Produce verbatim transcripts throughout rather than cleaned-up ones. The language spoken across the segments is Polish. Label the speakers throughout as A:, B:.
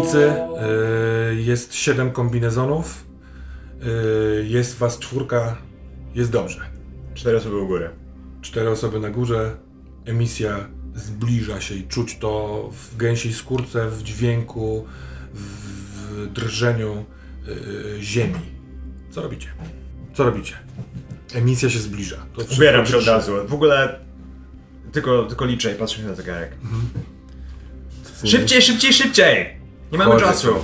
A: piwnicy y, jest siedem kombinezonów, y, jest was czwórka, jest dobrze.
B: Cztery osoby u góry.
A: Cztery osoby na górze, emisja zbliża się i czuć to w gęsiej skórce, w dźwięku, w drżeniu y, ziemi. Co robicie? Co robicie? Emisja się zbliża. To
B: Ubieram się od razu. W ogóle tylko, tylko liczę i patrzę na zegarek. Mhm. Szybciej, szybciej, szybciej! Nie mamy
A: Chodź,
B: czasu.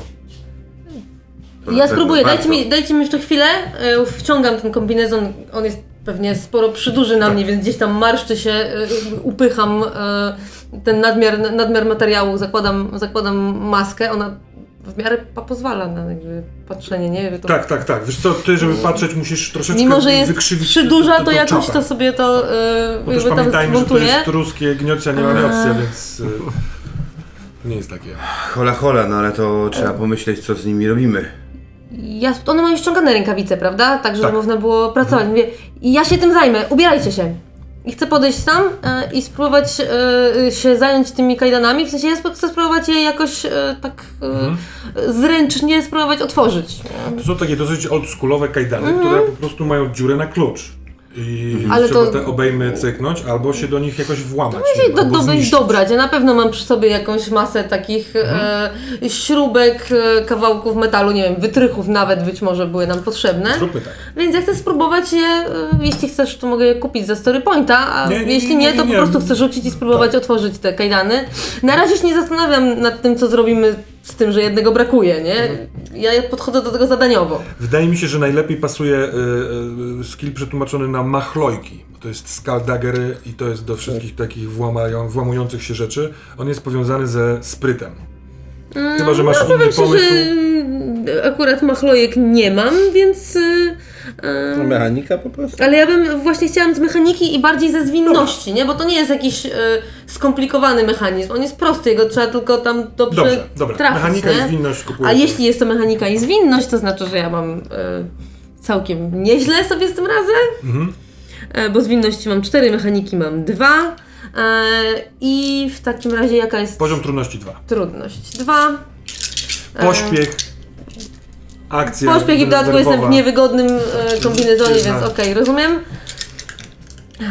C: Ja spróbuję, dajcie mi, dajcie mi jeszcze chwilę. Wciągam ten kombinezon, on jest pewnie sporo przyduży na mnie, więc gdzieś tam marszczy się, upycham ten nadmiar, nadmiar materiału, zakładam, zakładam maskę, ona w miarę pozwala na jakby patrzenie, nie? To...
A: Tak, tak, tak. Wiesz co, ty, żeby patrzeć, musisz troszeczkę
C: mimo, że jest
A: wykrzywić
C: przyduża, to,
A: to, to
C: jakoś
A: czapę.
C: to sobie to
A: Bo
C: yy,
A: też pamiętajmy, że to
C: montuję.
A: jest ruskie gniocia, nie ma gniocja, więc yy, nie jest takie.
D: Hola, hola, no ale to trzeba pomyśleć, co z nimi robimy.
C: Ja, one mają ściągane rękawice, prawda? Tak, żeby
A: Tak.
C: można było pracować. Mówię, ja się tym zajmę, ubierajcie się. I chcę podejść tam e, i spróbować e, się zająć tymi kajdanami. W sensie ja chcę spróbować je jakoś e, tak e,
A: Mhm.
C: zręcznie spróbować otworzyć.
A: To są takie dosyć oldschoolowe kajdany, mhm. które po prostu mają dziurę na klucz. I
C: Ale
A: trzeba
C: to...
A: te obejmy cyknąć, albo się do nich jakoś włamać.
C: To musi do,
A: albo
C: do,
A: zniszczyć.
C: dobrać. Ja na pewno mam przy sobie jakąś masę takich
A: Mhm.
C: e, śrubek, e, kawałków metalu, nie wiem, wytrychów nawet być może były nam potrzebne.
A: Zróbmy tak.
C: Więc ja chcę spróbować je, e, jeśli chcesz, to mogę je kupić za Story Pointa, a
A: Nie, nie,
C: jeśli
A: nie,
C: nie,
A: nie,
C: to
A: nie,
C: po prostu chcę rzucić i spróbować
A: tak.
C: otworzyć te kajdany. Na razie się nie zastanawiam nad tym, co zrobimy z tym, że jednego brakuje, nie? Ja podchodzę do tego zadaniowo.
A: Wydaje mi się, że najlepiej pasuje y, y, skill przetłumaczony na machlojki. To jest skaldagery i to jest do wszystkich takich włamają, włamujących się rzeczy. On jest powiązany ze sprytem. Chyba, że masz
C: no,
A: inny
C: powiem ci,
A: pomysł.
C: że akurat machlojek nie mam, więc... Yy,
E: yy, mechanika po prostu?
C: Ale ja bym właśnie chciałam z mechaniki i bardziej ze zwinności, nie? Bo to nie jest jakiś yy, skomplikowany mechanizm. On jest prosty, jego trzeba tylko tam dobrze,
A: dobrze dobra.
C: trafić,
A: Mechanika
C: nie?
A: i zwinność kupuję.
C: A jeśli jest to mechanika i zwinność, to znaczy, że ja mam yy, całkiem nieźle sobie z tym radzę. Mhm. Yy, bo zwinności mam cztery, mechaniki mam dwa. I w takim razie jaka jest...
A: Poziom trudności dwa.
C: Trudność dwa.
A: Pośpiech. Akcja.
C: Pośpiech i w dodatku jestem w niewygodnym e, kombinezonie, więc okej, okay, rozumiem. Eee...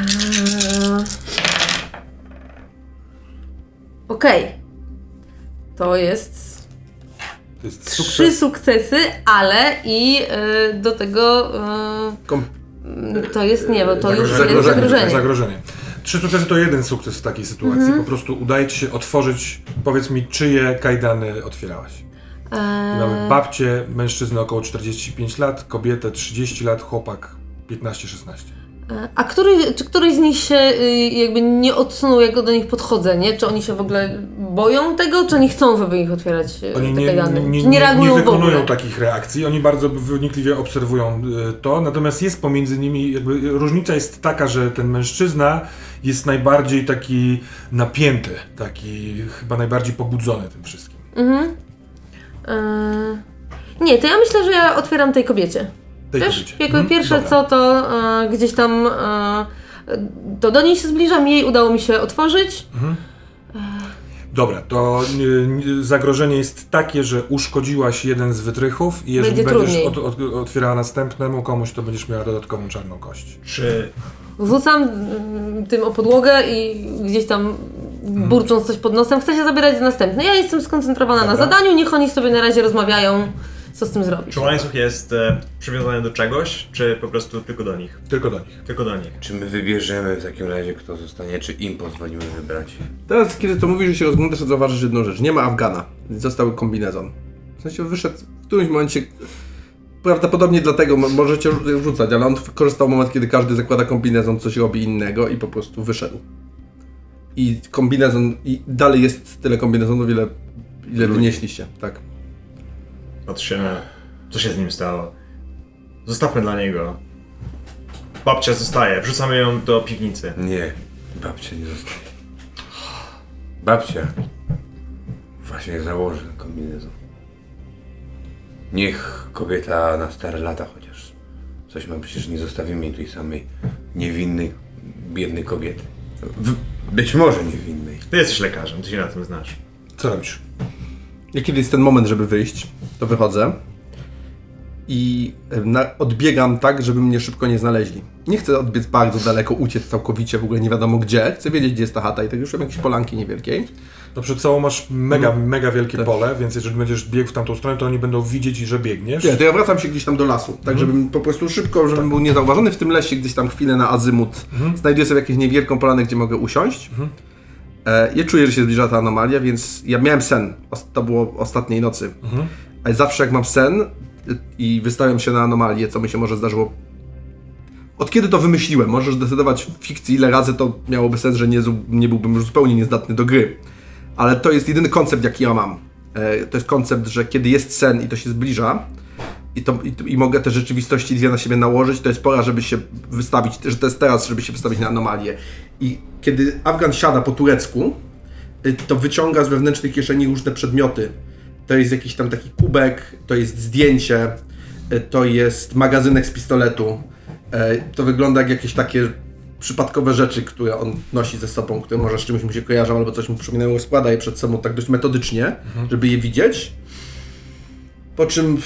C: Okej. Okay. To jest...
A: To jest
C: trzy
A: sukces.
C: sukcesy, ale i e, do tego... E,
E: Kom...
C: To jest nie, bo to już
A: zagrożenie.
C: jest zagrożenie.
A: zagrożenie. Trzy sukcesy to jeden sukces w takiej sytuacji. Mhm. Po prostu udaje ci się otworzyć, powiedz mi, czyje kajdany otwierałaś. Eee... Mamy babcię, mężczyznę około czterdzieści pięć lat, kobietę trzydzieści lat, chłopak piętnaście szesnaście.
C: A który, czy któryś z nich się jakby nie odsunął, jak do nich podchodzę, nie? Czy oni się w ogóle boją tego, czy oni chcą, żeby ich otwierać
A: oni
C: te
A: nie,
C: kajdany?
A: nie, nie,
C: czy nie reagują
A: nie wykonują
C: w ogóle?
A: takich reakcji, oni bardzo wnikliwie obserwują to, natomiast jest pomiędzy nimi, jakby różnica jest taka, że ten mężczyzna jest najbardziej taki napięty, taki chyba najbardziej pobudzony tym wszystkim. Mhm.
C: Eee... Nie, to ja myślę, że ja otwieram tej kobiecie.
A: Tej
C: Wiesz,
A: kobiecie.
C: jako
A: Mhm.
C: pierwsze
A: Dobra.
C: co to e, gdzieś tam e, to do niej się zbliżam, jej udało mi się otworzyć.
A: Mhm. Dobra, to y, zagrożenie jest takie, że uszkodziłaś jeden z wytrychów i jeżeli
C: Będzie
A: będziesz
C: trudniej.
A: od, od, otwierała następnemu komuś, to będziesz miała dodatkową czarną kość.
B: Czy...
C: Rzucam mm, tym o podłogę i gdzieś tam
A: Mhm.
C: burcząc coś pod nosem, chcę się zabierać za następny. Ja jestem skoncentrowana
A: Dobra.
C: na zadaniu, niech oni sobie na razie rozmawiają, co z tym zrobić.
B: Czy łańcuch jest e, przywiązany do czegoś, czy po prostu tylko do nich?
A: Tylko do nich.
B: Tylko do nich.
D: Czy my wybierzemy w takim razie, kto zostanie, czy im pozwolimy wybrać?
E: Teraz, kiedy to mówisz, że się rozglądasz, to zauważysz jedną rzecz. Nie ma Afgana. Został kombinezon. W sensie wyszedł w którymś momencie... Prawdopodobnie dlatego możecie rzucać, ale on korzystał moment, kiedy każdy zakłada kombinezon, coś robi innego i po prostu wyszedł. I kombinezon... I dalej jest tyle kombinezonów, ile, ile wynieśliście. Tak.
B: Patrzymy, co się z nim stało. Zostawmy dla niego. Babcia zostaje, wrzucamy ją do piwnicy.
D: Nie, babcia nie zostaje. Babcia właśnie założy kombinezon. Niech kobieta na stare lata chociaż coś ma, przecież nie zostawimy jej tej samej niewinnej, biednej kobiety. W, być może niewinnej.
B: Ty jesteś lekarzem, ty się na tym znasz.
A: Co robisz?
E: Ja kiedy jest ten moment, żeby wyjść, to wychodzę i na, odbiegam tak, żeby mnie szybko nie znaleźli. Nie chcę odbiec bardzo daleko, uciec całkowicie, w ogóle nie wiadomo gdzie. Chcę wiedzieć, gdzie jest ta chata i tak już mam jakieś polanki niewielkiej.
A: No przed sobą masz mega,
E: Mhm.
A: mega wielkie
E: Tak.
A: pole, więc jeżeli będziesz biegł w tamtą stronę, to oni będą widzieć, że biegniesz.
E: Nie, to ja wracam się gdzieś tam do lasu, tak żebym po prostu szybko, żebym był niezauważony w tym lesie, gdzieś tam chwilę na azymut. Znajduję sobie jakąś niewielką polanę, gdzie mogę usiąść. E, ja czuję, że się zbliża ta anomalia, więc ja miałem sen. Os- To było ostatniej nocy. Ale zawsze jak mam sen y, i wystawiam się na anomalię, co mi się może zdarzyło. Od kiedy to wymyśliłem? Możesz decydować w fikcji, ile razy to miałoby sens, że nie, zu- nie byłbym już zupełnie niezdatny do gry. Ale to jest jedyny koncept, jaki ja mam. E, to jest koncept, że kiedy jest sen i to się zbliża, i, to, i, i mogę te rzeczywistości dwie na siebie nałożyć, to jest pora, żeby się wystawić, że to jest teraz, żeby się wystawić na anomalię. I kiedy Afgan siada po turecku, y, to wyciąga z wewnętrznej kieszeni różne przedmioty. To jest jakiś tam taki kubek, to jest zdjęcie, y, to jest magazynek z pistoletu. Y, to wygląda jak jakieś takie przypadkowe rzeczy, które on nosi ze sobą, które może z czymś mu się kojarzą albo coś mu przypominają, składa je przed sobą tak dość metodycznie, mhm. żeby je widzieć. Po czym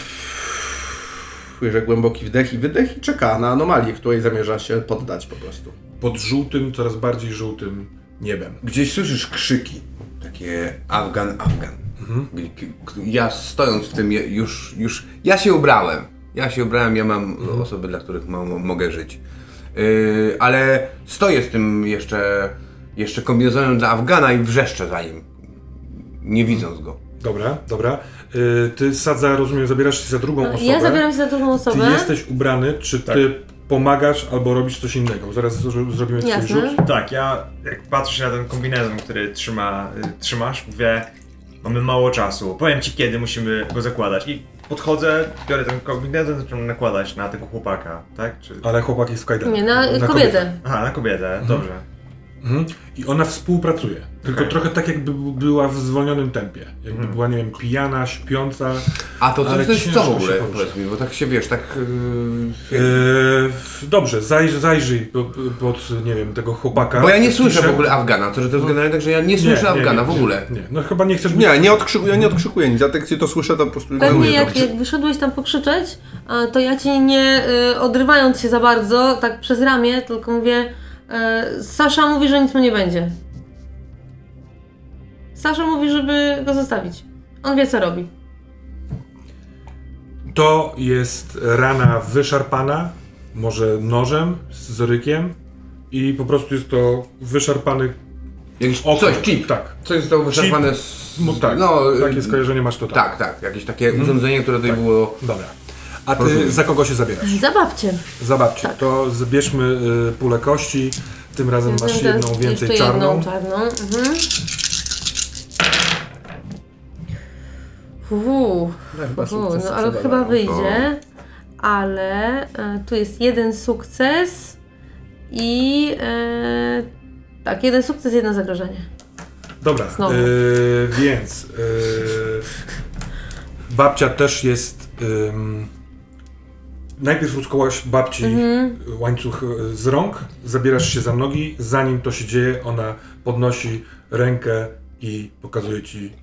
E: bierze głęboki wdech i wydech i czeka na anomalię, której zamierza się poddać po prostu.
A: Pod żółtym, coraz bardziej żółtym niebem.
D: Gdzieś słyszysz krzyki, takie Afgan, Afgan. Mhm. Ja stojąc w tym już, już, ja się ubrałem. Ja się ubrałem, ja mam mhm. osoby, dla których mo mogę żyć. Yy, ale stoję z tym jeszcze, jeszcze kombinezonem dla Afgana i wrzeszczę za nim, nie widząc go.
A: Dobra, dobra. Yy, ty, Sadza, rozumiem, zabierasz się za drugą osobę.
C: Ja zabieram się za drugą osobę.
A: Ty jesteś ubrany, czy
B: tak.
A: ty pomagasz albo robisz coś innego? Zaraz zrobimy twój
C: Jasne.
A: rzut.
B: Tak, ja jak patrzę na ten kombinezon, który trzyma, y, trzymasz, mówię, mamy mało czasu, powiem ci kiedy musimy go zakładać i podchodzę, biorę ten kombinezon, zaczynam nakładać na tego chłopaka, tak? Czy...
A: Ale chłopak jest w kajdanach.
C: Nie, na,
A: na
C: kobietę.
B: Aha, na kobietę, mhm. dobrze.
A: Mhm. I ona współpracuje, tylko
B: Okay.
A: trochę tak jakby była w zwolnionym tempie. Jakby
B: Mhm.
A: była, nie wiem, pijana, śpiąca.
D: A to, to,
A: ale
D: to jest co
A: ciężko
D: w ogóle,
A: się porusza.
D: powiedz mi, bo tak się wiesz, tak... Yy,
A: Yy, dobrze, zajrzyj, zajrzyj pod, pod, nie wiem, tego chłopaka.
D: bo ja nie słyszę
A: Pisze.
D: w ogóle Afgana, to że to jest generalnie tak, że ja nie słyszę
A: Nie, nie,
D: Afgana
A: nie,
D: w ogóle.
A: Nie, nie, no chyba nie chcesz być...
E: Nie, nie odkrzykuję, ja nie odkrzykuję nic. Ja tak jak to słyszę, to po prostu...
C: Pewnie
E: ignoruję
C: jak,
E: to.
C: jak wyszedłeś tam pokrzyczeć, a, to ja ci nie y, odrywając się za bardzo, tak przez ramię, tylko mówię, y, Sasza mówi, że nic mu nie będzie. Sasza mówi, żeby go zostawić. On wie, co robi.
A: To jest rana wyszarpana, może nożem z rykiem i po prostu jest to wyszarpany
D: Jakiś
A: okno.
D: coś, chip.
A: Tak.
D: Coś zostało wyczerpane z...
A: No tak,
D: no,
A: takie
D: y,
A: skojarzenie masz to tak.
D: Tak, tak, jakieś takie urządzenie, które tutaj było...
A: Dobra. A ty
D: Rozumiem.
A: za kogo się zabierasz?
C: Za babcię.
A: Zobaczcie,
C: Tak.
A: to zbierzmy y, pulę kości. Tym razem masz
C: Teraz
A: jedną więcej
C: jeszcze
A: czarną.
C: jedną czarną. Mhm. Uu,
E: chyba
C: uu,
E: sukces
C: no ale
E: sprzedawałem.
C: chyba wyjdzie. Ale e, tu jest jeden sukces i e, tak, jeden sukces, jedno zagrożenie.
A: Dobra,
C: Znowu.
A: y, więc y, babcia też jest. ym, najpierw rozkołaś babci
C: Mhm.
A: łańcuch y, z rąk, zabierasz się za nogi, zanim to się dzieje, ona podnosi rękę i pokazuje ci.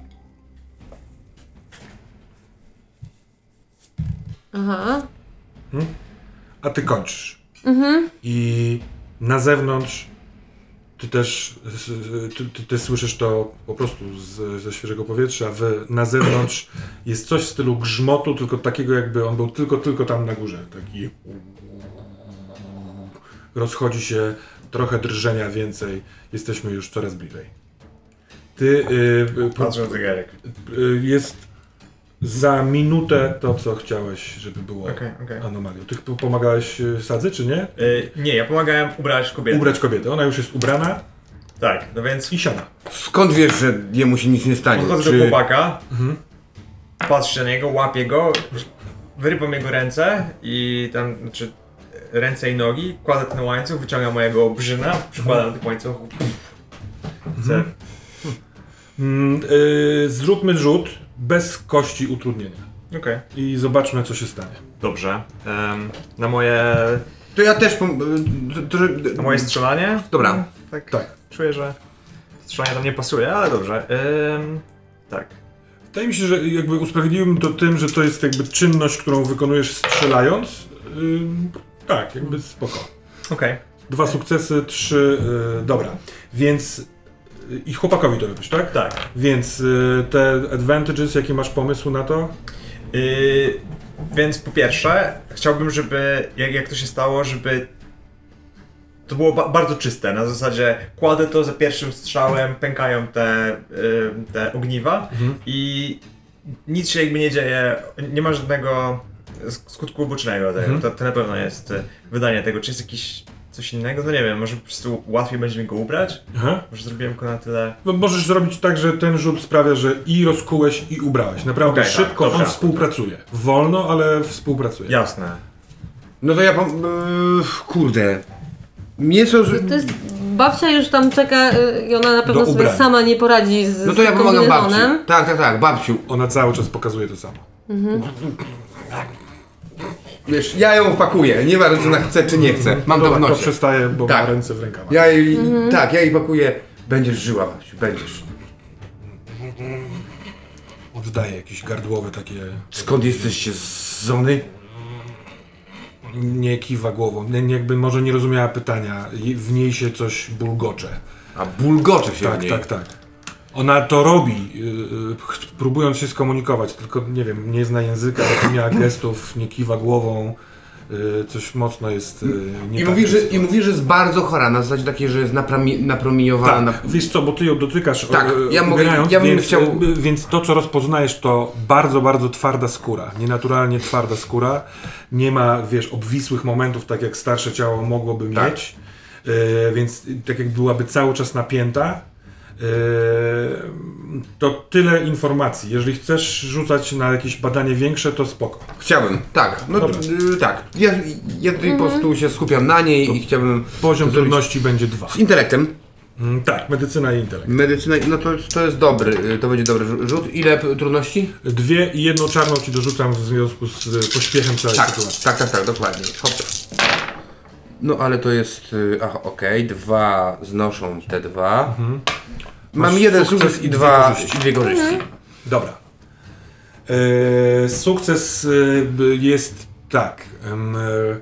C: Aha.
A: A ty kończysz.
C: Mhm.
A: I na zewnątrz ty też ty, ty, ty słyszysz to po prostu z, ze świeżego powietrza. W, na zewnątrz jest coś w stylu grzmotu, tylko takiego jakby on był tylko, tylko tam na górze. Taki rozchodzi się, trochę drżenia więcej. Jesteśmy już coraz bliżej. Ty y,
B: Patrzę na zegarek.
A: y, jest za minutę to, co chciałeś, żeby było
B: Okej, okej.
A: anomalią. Ty p- pomagałeś y, Sadze, czy nie?
B: Y, nie, ja pomagałem ubrać kobietę.
A: Ubrać kobietę. Ona już jest ubrana
B: Tak, no więc
A: i siada.
D: Skąd wiesz, że jemu się nic nie stanie?
B: podchodzę do chłopaka, patrzę na niego, łapię go, wyrywam jego ręce i tam, znaczy ręce i nogi, kładę ten łańcuch, wyciągam mojego brzyna, przykładam tych łańcuchów. Chcę.
A: Mm, y, zróbmy rzut bez kości utrudnienia.
B: Okej,
A: I zobaczmy, co się stanie.
B: dobrze. Em, na moje,
D: To ja też... pom- to, to, że-
B: na moje strzelanie?
D: Dobra.
B: Tak,
A: Tak.
B: czuję, że strzelanie tam nie pasuje, ale dobrze. Em, tak.
A: Wydaje mi się, że jakby usprawiedliwiłbym to tym, że to jest jakby czynność, którą wykonujesz strzelając. Yy, tak, jakby spoko.
B: Okej. Okay.
A: Dwa sukcesy, trzy... Yy, dobra, więc... I chłopakowi to robisz, tak?
B: Tak.
A: Więc yy, te advantages, jakie masz pomysł na to?
B: Yy, więc po pierwsze, chciałbym, żeby, jak, jak to się stało, żeby to było ba bardzo czyste, na zasadzie kładę to za pierwszym strzałem, pękają te, yy, te ogniwa mhm. i nic się jakby nie dzieje, nie ma żadnego skutku ubocznego tego, mhm. to, to na pewno jest wydanie tego, czy jest jakiś coś innego, no nie wiem, może po prostu łatwiej będzie mi go ubrać, Aha. może zrobiłem go na tyle...
A: No, możesz zrobić tak, że ten rzut sprawia, że i rozkułeś i ubrałeś, naprawdę okay, szybko, tak, on dobra. współpracuje, wolno, ale współpracuje.
B: Jasne.
D: No to ja, yy, kurde, mięso... Z...
C: To jest, babcia już tam czeka i ona na pewno sobie sama nie poradzi z
D: No to ja pomagam babci. Tak, tak, tak, babciu.
A: Ona cały czas pokazuje to samo. Mhm.
D: Wiesz, ja ją pakuję, nieważne czy ona chce czy nie chce, mam to w nosie.
A: To przestaje, bo tak. ma ręce w rękawach.
D: Ja jej, mhm. tak, ja jej pakuję, będziesz żyła, babciu, będziesz.
A: Oddaję jakieś gardłowe takie...
D: Skąd jesteście, z zony?
A: Nie kiwa głową, nie, jakby może nie rozumiała pytania, w niej się coś bulgocze.
D: A bulgocze się
A: tak,
D: w niej?
A: Tak, tak, tak. Ona to robi, yy, próbując się skomunikować, tylko nie wiem, nie zna języka, nie miała gestów, nie kiwa głową, yy, coś mocno jest yy, nie
D: I
A: tak.
D: Mówi, że, I mówi, że jest bardzo chora, na zasadzie takiej, że jest napromieniowana.
A: Tak, na... wiesz co, bo ty ją dotykasz,
D: tak,
A: yy,
D: ja, mogę, ja bym
A: więc,
D: chciał...
A: yy, więc to, co rozpoznajesz, to bardzo, bardzo twarda skóra, nienaturalnie twarda skóra, nie ma, wiesz, obwisłych momentów, tak jak starsze ciało mogłoby
D: tak.
A: mieć, yy, więc tak jak byłaby cały czas napięta. Yy, to tyle informacji. Jeżeli chcesz rzucać na jakieś badanie większe, to spoko.
D: Chciałbym, tak. No yy, tak. Ja, ja tutaj mm. po prostu się skupiam na niej to i chciałbym...
A: Poziom trudności będzie dwa.
D: Z intelektem?
A: Mm, tak, medycyna i intelekt.
D: Medycyna, no to, to jest dobry, to będzie dobry rzut. Ile trudności?
A: Dwie i jedną czarną ci dorzucam w związku z pośpiechem całej
D: tak,
A: sytuacji.
D: Tak, tak, tak, dokładnie. Hop. No ale to jest, aha, okej, okay. Dwa znoszą te dwa. Mhm. Mam Masz jeden sukces, sukces i dwa korzyści. dwie korzyści. Mhm.
A: Dobra. E, sukces e, jest tak. E,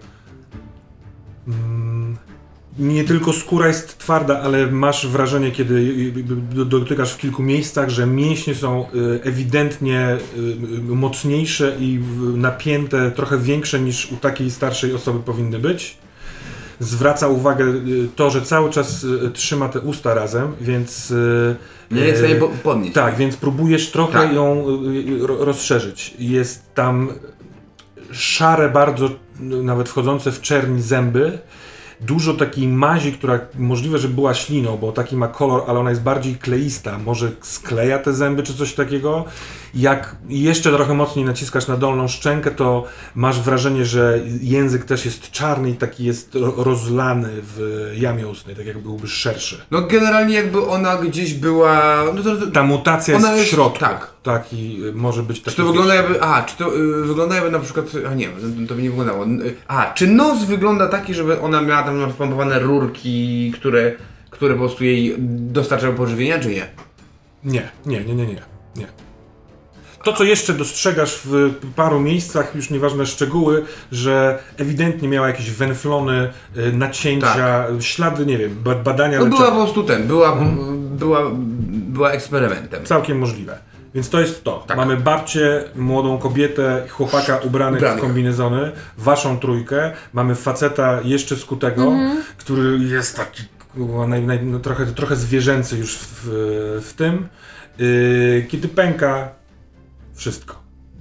A: e, nie tylko skóra jest twarda, ale masz wrażenie, kiedy dotykasz w kilku miejscach, że mięśnie są ewidentnie mocniejsze i napięte, trochę większe niż u takiej starszej osoby powinny być. Zwraca uwagę to, że cały czas trzyma te usta razem, więc...
D: Nie jest w stanie podnieść.
A: Tak, więc próbujesz trochę tak. ją rozszerzyć. Jest tam szare, bardzo nawet wchodzące w czerni zęby. Dużo takiej mazi, która możliwe, że była śliną, bo taki ma kolor, ale ona jest bardziej kleista. Może skleja te zęby czy coś takiego. Jak jeszcze trochę mocniej naciskasz na dolną szczękę, to masz wrażenie, że język też jest czarny i taki jest rozlany w jamie ustnej, tak jakby byłby szerszy.
D: No generalnie jakby ona gdzieś była... No to, to,
A: ta mutacja jest, jest w środku.
D: Tak.
A: Tak i może być taki...
D: Czy to wygląda jakby... A, czy to y, wygląda jakby na przykład... A nie, to by nie wyglądało. A, czy nos wygląda taki, żeby ona miała tam wpompowane rurki, które, które po prostu jej dostarczały pożywienia, czy nie?
A: Nie, nie, nie, nie, nie. nie. To, co jeszcze dostrzegasz w paru miejscach, już nieważne szczegóły, że ewidentnie miała jakieś węflony, nacięcia, tak. ślady, nie wiem, badania...
D: No była po prostu ten, była, hmm. była, była eksperymentem.
A: Całkiem możliwe. Więc to jest to. Tak. Mamy babcię, młodą kobietę, chłopaka ubranych Ubrany. w kombinezony, waszą trójkę, mamy faceta jeszcze skutego, mm-hmm. który jest taki naj, naj, no, trochę, trochę zwierzęcy już w, w tym. Yy, kiedy pęka, wszystko.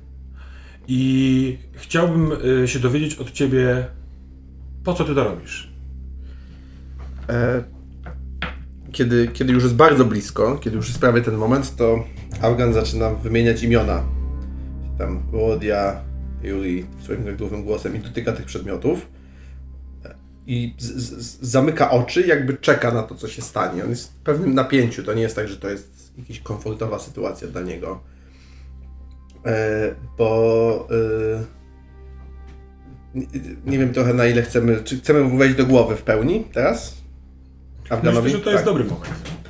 A: I chciałbym yy, się dowiedzieć od ciebie, po co ty to robisz?
E: E, kiedy, kiedy już jest bardzo blisko, kiedy już jest prawie ten moment, to Afgan zaczyna wymieniać imiona. Tam Wodia, Yuri swoim gardłowym głosem i dotyka tych przedmiotów. I z, z, zamyka oczy, jakby czeka na to, co się stanie. On jest w pewnym napięciu. To nie jest tak, że to jest jakaś komfortowa sytuacja dla niego. E, bo... E, nie, nie wiem trochę na ile chcemy... Czy chcemy wejść do głowy w pełni teraz?
A: Afganowi? Myślę, że to jest tak. dobry moment.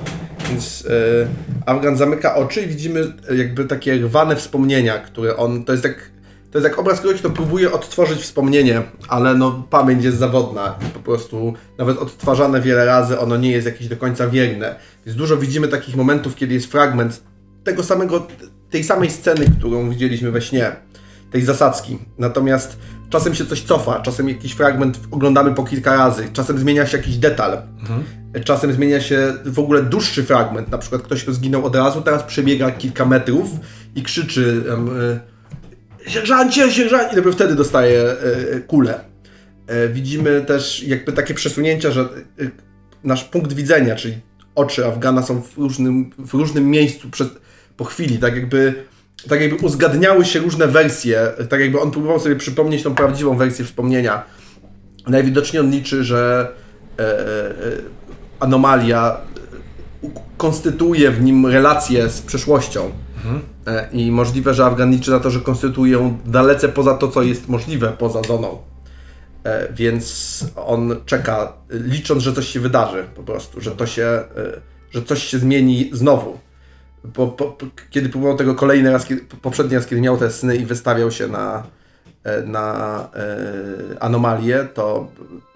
E: Więc yy, Afgan zamyka oczy i widzimy jakby takie rwane wspomnienia, które on, to jest jak, to jest jak obraz kogoś, kto próbuje odtworzyć wspomnienie, ale no pamięć jest zawodna i po prostu nawet odtwarzane wiele razy, ono nie jest jakieś do końca wierne. Więc dużo widzimy takich momentów, kiedy jest fragment tego samego, tej samej sceny, którą widzieliśmy we śnie, tej zasadzki. Natomiast czasem się coś cofa, czasem jakiś fragment oglądamy po kilka razy, czasem zmienia się jakiś detal, mhm. czasem zmienia się w ogóle dłuższy fragment, na przykład ktoś, kto zginął od razu, teraz przebiega kilka metrów i krzyczy um, sierżancie, sierżancie, i dopiero wtedy dostaje e, kulę. E, widzimy też jakby takie przesunięcia, że e, nasz punkt widzenia, czyli oczy Afgana są w różnym, w różnym miejscu przed, po chwili, tak jakby tak jakby uzgadniały się różne wersje, tak jakby on próbował sobie przypomnieć tą prawdziwą wersję wspomnienia. Najwidoczniej on liczy, że e, e, anomalia konstytuuje w nim relacje z przeszłością. Mhm. E, I możliwe, że Afgan liczy na to, że konstytuuje ją dalece poza to, co jest możliwe poza zoną. E, więc on czeka, licząc, że coś się wydarzy po prostu, że to się, e, że coś się zmieni znowu. Po, po, po, kiedy próbował tego kolejny raz, kiedy, poprzedni raz, kiedy miał te sny i wystawiał się na, na e, anomalię, to,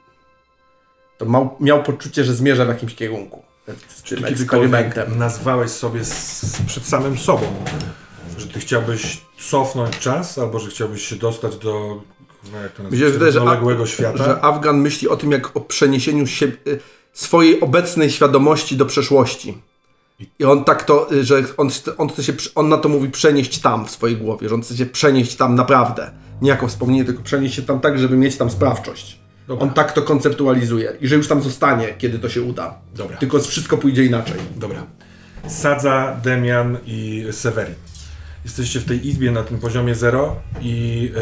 E: to mał, miał poczucie, że zmierza w jakimś kierunku z tym eksperymentem.
A: Nazwałeś sobie z, przed samym sobą, że ty chciałbyś cofnąć czas, albo że chciałbyś się dostać do, no jak to nazywa,
E: Myślę, że
A: doległego
E: A,
A: świata?
E: Że Afgan myśli o tym, jak o przeniesieniu siebie, swojej obecnej świadomości do przeszłości. I on tak to, że on, on chce się, on na to mówi przenieść tam w swojej głowie, że on chce się przenieść tam naprawdę. Nie jako wspomnienie, tylko przenieść się tam tak, żeby mieć tam sprawczość. Dobra. On tak to konceptualizuje i że już tam zostanie, kiedy to się uda. Dobra. Tylko wszystko pójdzie inaczej.
A: Dobra. Sadza, Demian i Severin. Jesteście w tej izbie na tym poziomie zero i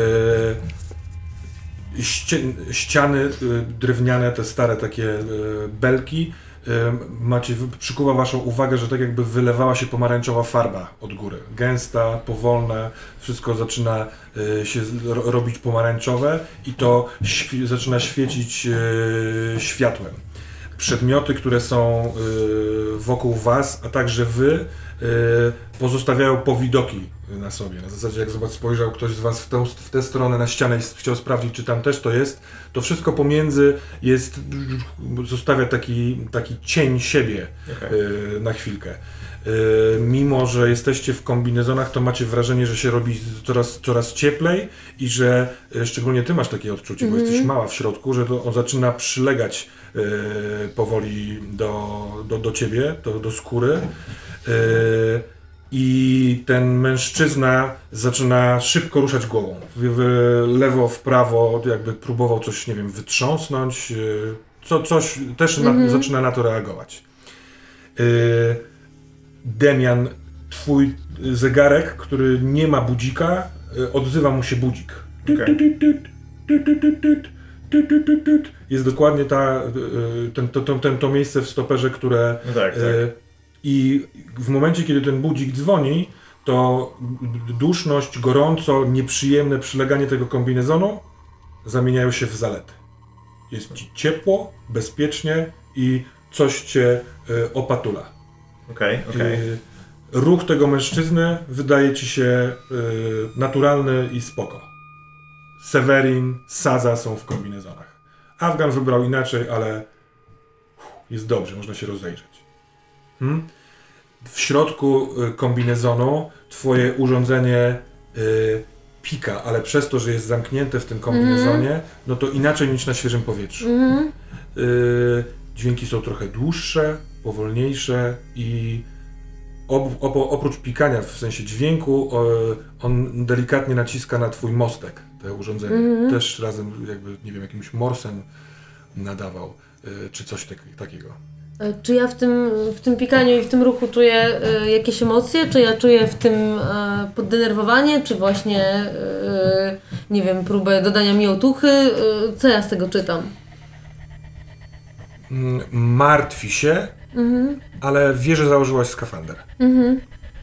A: yy, ści ściany yy, drewniane, te stare takie yy, belki, macie, przykuwa waszą uwagę, że tak jakby wylewała się pomarańczowa farba od góry. Gęsta, powolna, wszystko zaczyna y, się ro, robić pomarańczowe i to świ zaczyna świecić y, światłem. Przedmioty, które są y, wokół was, a także wy, y, pozostawiają powidoki na sobie. Na zasadzie, jak zobacz, spojrzał ktoś z was w tę, w tę stronę na ścianę i chciał sprawdzić, czy tam też to jest, to wszystko pomiędzy jest, zostawia taki, taki cień siebie okay. y, na chwilkę. Y, mimo, że jesteście w kombinezonach, to macie wrażenie, że się robi coraz, coraz cieplej i że y, szczególnie ty masz takie odczucie, mm-hmm. bo jesteś mała w środku, że to on zaczyna przylegać y, powoli do, do, do ciebie, do, do skóry. Y, I ten mężczyzna zaczyna szybko ruszać głową. W, w lewo, w prawo, jakby próbował coś, nie wiem, wytrząsnąć. Co, coś też na, mm-hmm. zaczyna na to reagować. Yy, Demian, twój zegarek, który nie ma budzika, yy, odzywa mu się budzik. Okay. Jest dokładnie ta, yy, ten, to, to, ten, to miejsce w stoperze, które...
B: No tak, tak.
A: Yy, I w momencie, kiedy ten budzik dzwoni, to duszność, gorąco, nieprzyjemne przyleganie tego kombinezonu zamieniają się w zalety. Jest ci ciepło, bezpiecznie i coś cię y, opatula.
B: Okej, okay, okej.
A: Okay. Ruch tego mężczyzny wydaje ci się y, naturalny i spoko. Severin, Sadza są w kombinezonach. Afgan wybrał inaczej, ale jest dobrze, można się rozejrzeć. Hmm? W środku kombinezonu twoje urządzenie y, pika, ale przez to, że jest zamknięte w tym kombinezonie, mm. no to inaczej niż na świeżym powietrzu. Mm. Y, dźwięki są trochę dłuższe, powolniejsze i op, op, oprócz pikania, w sensie dźwięku, o, on delikatnie naciska na twój mostek, to urządzenie. Mm. Też razem jakby, nie wiem, jakimś morsem nadawał, y, czy coś tak, takiego.
C: Czy ja w tym, w tym pikaniu i w tym ruchu czuję y, jakieś emocje? Czy ja czuję w tym y, poddenerwowanie? Czy właśnie, y, nie wiem, próbę dodania mi otuchy? Y, co ja z tego czytam?
A: Martwi się, mhm. ale wie, że założyłaś skafander. Mhm.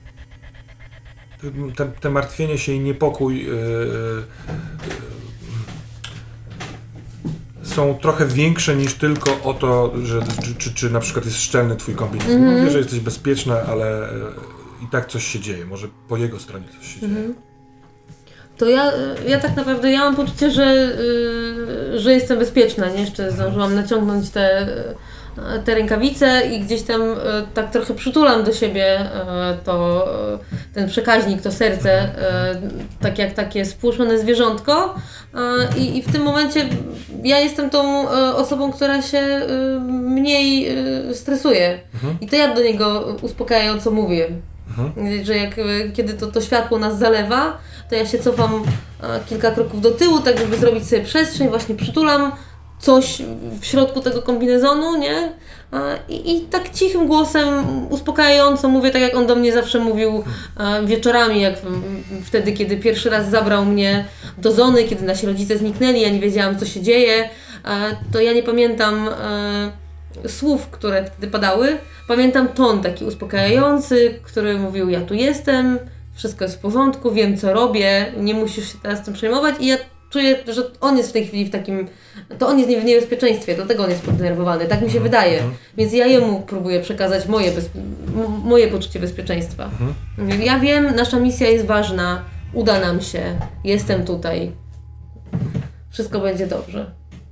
A: Te, te martwienie się i niepokój yy, yy, są trochę większe niż tylko o to, że, czy, czy, czy na przykład jest szczelny twój kombinezon. Mm. Mówię, że jesteś bezpieczna, ale i tak coś się dzieje. Może po jego stronie coś się mm. dzieje.
C: To ja, ja tak naprawdę ja mam poczucie, że, yy, że jestem bezpieczna, nie? Jeszcze zdążyłam naciągnąć te, te rękawice i gdzieś tam yy, tak trochę przytulam do siebie yy, to, yy, ten przekaźnik, to serce, yy, tak jak takie spłuszone zwierzątko yy, i, i w tym momencie ja jestem tą yy, osobą, która się yy, mniej yy, stresuje mhm. i to ja do niego uspokajająco mówię. Mhm. Że jak, kiedy to, to światło nas zalewa, to ja się cofam a, kilka kroków do tyłu, tak żeby zrobić sobie przestrzeń, właśnie przytulam coś w środku tego kombinezonu, nie? A, i, I tak cichym głosem, uspokajająco mówię, tak jak on do mnie zawsze mówił a, wieczorami, jak m, wtedy, kiedy pierwszy raz zabrał mnie do Zony, kiedy nasi rodzice zniknęli, ja nie wiedziałam, co się dzieje, a, to ja nie pamiętam a, słów, które wtedy padały. Pamiętam ton taki uspokajający, który mówił, ja tu jestem, wszystko jest w porządku, wiem co robię, nie musisz się teraz tym przejmować i ja czuję, że on jest w tej chwili w takim, to on jest w niebezpieczeństwie, dlatego on jest poddenerwowany, tak mi się wydaje, więc ja jemu próbuję przekazać moje, bezpie- moje poczucie bezpieczeństwa. Ja wiem, nasza misja jest ważna, uda nam się, jestem tutaj, wszystko będzie dobrze.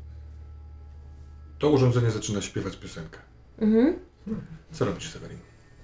A: To urządzenie zaczyna śpiewać piosenkę. Mhm. Co robisz, Severin?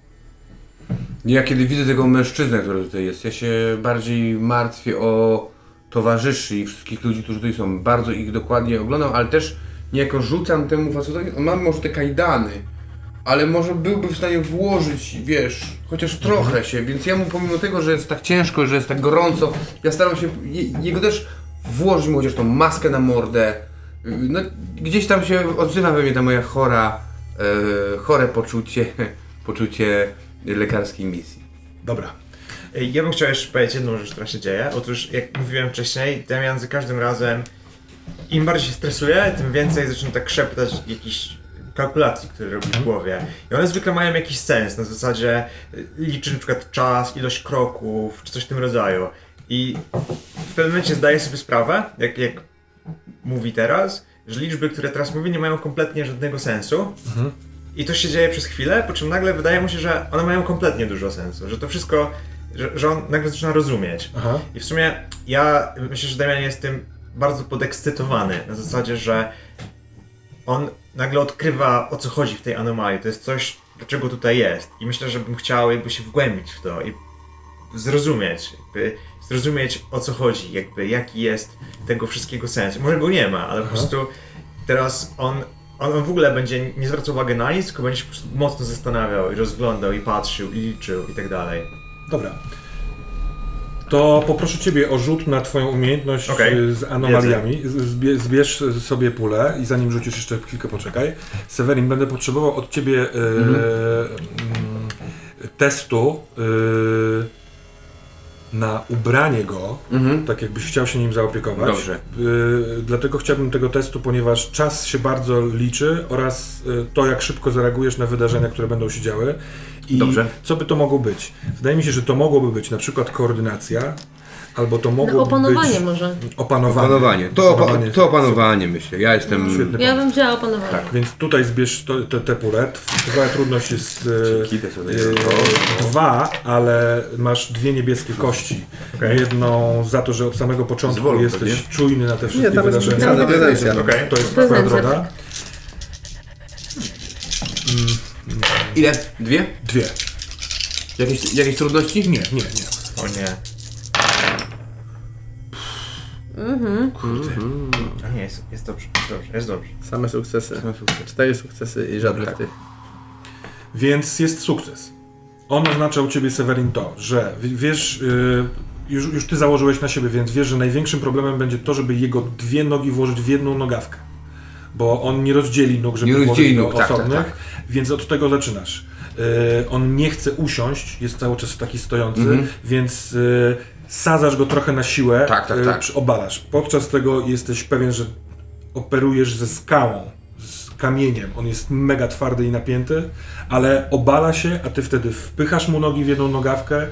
D: Ja kiedy widzę tego mężczyznę, który tutaj jest, ja się bardziej martwię o towarzyszy i wszystkich ludzi, którzy tutaj są. Bardzo ich dokładnie oglądam, ale też niejako rzucam temu facetowi, on ma może te kajdany, ale może byłby w stanie włożyć, wiesz, chociaż trochę się, więc ja mu pomimo tego, że jest tak ciężko, że jest tak gorąco, ja staram się je, jego też włożyć mu chociaż tą maskę na mordę. No, gdzieś tam się odzywa we mnie ta moja chora, e, chore poczucie, poczucie lekarskiej misji.
A: Dobra.
B: Ja bym chciał jeszcze powiedzieć jedną rzecz, która się dzieje. Otóż, jak mówiłem wcześniej, Damian za każdym razem, im bardziej się stresuje, tym więcej zaczyna tak szeptać jakichś kalkulacji, które robi w głowie. I one zwykle mają jakiś sens, na zasadzie liczy na przykład czas, ilość kroków, czy coś w tym rodzaju. I w pewnym momencie zdaję sobie sprawę, jak, jak mówi teraz, że liczby, które teraz mówi, nie mają kompletnie żadnego sensu. Mhm. I to się dzieje przez chwilę, po czym nagle wydaje mu się, że one mają kompletnie dużo sensu, że to wszystko, że, że on nagle zaczyna rozumieć. Aha. I w sumie ja myślę, że Damian jest tym bardzo podekscytowany, na zasadzie, że on nagle odkrywa, o co chodzi w tej anomalii. To jest coś, dlaczego tutaj jest. I myślę, że bym chciał jakby się wgłębić w to i zrozumieć, jakby zrozumieć, o co chodzi, jakby jaki jest tego wszystkiego sens. Może go nie ma, ale Aha. po prostu teraz on On, on w ogóle będzie nie zwracał uwagi na nic, tylko będzie się po prostu mocno zastanawiał i rozglądał i patrzył i liczył i tak dalej.
A: Dobra. To poproszę Ciebie o rzut na Twoją umiejętność okay. z anomaliami. Zbie, zbierz sobie pulę i zanim rzucisz jeszcze chwilkę poczekaj. Severin, będę potrzebował od Ciebie mm-hmm. e, testu e, na ubranie go, mhm. tak jakbyś chciał się nim zaopiekować.
D: Dobrze.
A: Y, dlatego chciałbym tego testu, ponieważ czas się bardzo liczy oraz y, to, jak szybko zareagujesz na wydarzenia, które będą się działy. I
D: Dobrze.
A: co by to mogło być? Wydaje mi się, że to mogłoby być na przykład koordynacja, albo to mogłoby
C: no, opanowanie
A: być...
C: może.
A: Opanowanie.
D: Opanowanie. To, opanowanie. to opanowanie myślę. Ja jestem...
A: Świetny
C: ja bym wzięła opanowanie.
A: Tak, więc tutaj zbierz to, te, te pule. Twoja trudność jest e, e, dwa, ale masz dwie niebieskie kości. Okay. Jedną za to, że od samego początku Zwolę, jesteś nie? czujny na te wszystkie nie, wydarzenia.
E: Nie, prezencja.
A: Okay. To jest twoja droga.
C: Tak.
D: Mm. Ile? Dwie?
A: Dwie.
D: Jakieś, jakieś trudności?
A: Nie, nie, nie.
B: O nie.
C: Mhm.
B: Kurde. A nie, jest, jest dobrze, jest dobrze, jest dobrze.
E: Same sukcesy. Same sukcesy. Cztery sukcesy i żadnych tak. tych.
A: Więc jest sukces. On oznacza u Ciebie, Severin, to, że wiesz, yy, już, już Ty założyłeś na siebie, więc wiesz, że największym problemem będzie to, żeby jego dwie nogi włożyć w jedną nogawkę. Bo on nie rozdzieli nóg, żeby włożyć do osobnych, tak, tak, tak. Więc od tego zaczynasz. Yy, on nie chce usiąść, jest cały czas taki stojący, mm-hmm. więc yy, sadzasz go trochę na siłę,
D: tak, tak, tak.
A: Yy, obalasz. Podczas tego jesteś pewien, że operujesz ze skałą, z kamieniem. On jest mega twardy i napięty, ale obala się, a ty wtedy wpychasz mu nogi w jedną nogawkę,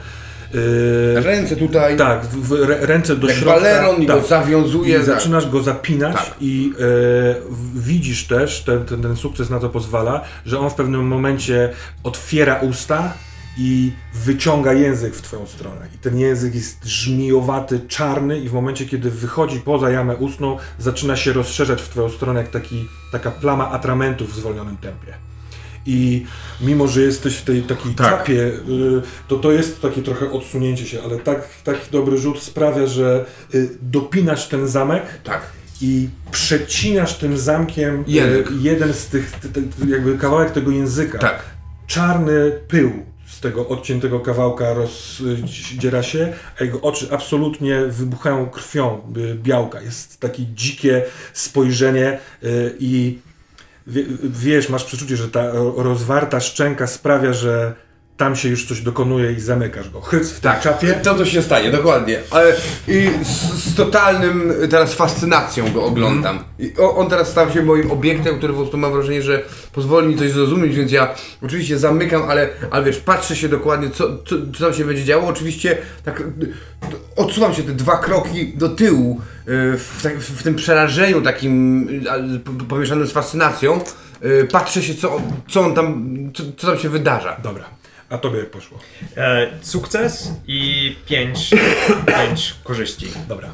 A: Yy,
D: Ręce tutaj.
A: tak, w, w, ręce do
D: jak
A: środka.
D: baleron i
A: tak.
D: go zawiązuje.
A: I
D: tak.
A: zaczynasz go zapinać
D: Tak.
A: i yy, widzisz też, ten, ten, ten sukces na to pozwala, że on w pewnym momencie otwiera usta i wyciąga język w twoją stronę. I ten język jest żmijowaty, czarny i w momencie, kiedy wychodzi poza jamę ustną, zaczyna się rozszerzać w twoją stronę jak taki, taka plama atramentu w zwolnionym tempie. I mimo, że jesteś w tej takiej
D: Tak.
A: czapie, y, to to jest takie trochę odsunięcie się, ale tak, taki dobry rzut sprawia, że y, dopinasz ten zamek
D: Tak.
A: i przecinasz tym zamkiem y,
D: Język.
A: jeden z tych, ty, ty, jakby kawałek tego języka.
D: Tak.
A: Czarny pył z tego odciętego kawałka rozdziera się, a jego oczy absolutnie wybuchają krwią y, białka. Jest takie dzikie spojrzenie y, i wie, wiesz, masz przeczucie, że ta rozwarta szczęka sprawia, że tam się już coś dokonuje i zamykasz go. Chyc w tej
D: Tak,
A: czapie.
D: to to się stanie, dokładnie. Ale i z, z totalnym teraz fascynacją go oglądam. I o, on teraz stał się moim obiektem, który po prostu mam wrażenie, że pozwoli mi coś zrozumieć, więc ja oczywiście zamykam, ale, ale wiesz, patrzę się dokładnie, co, co, co tam się będzie działo. Oczywiście tak odsuwam się te dwa kroki do tyłu w, tak, w tym przerażeniu takim pomieszanym z fascynacją. Patrzę się, co, co on tam, co, co tam się wydarza.
A: Dobra. A tobie jak poszło?
B: E, sukces i pięć, pięć korzyści.
A: Dobra.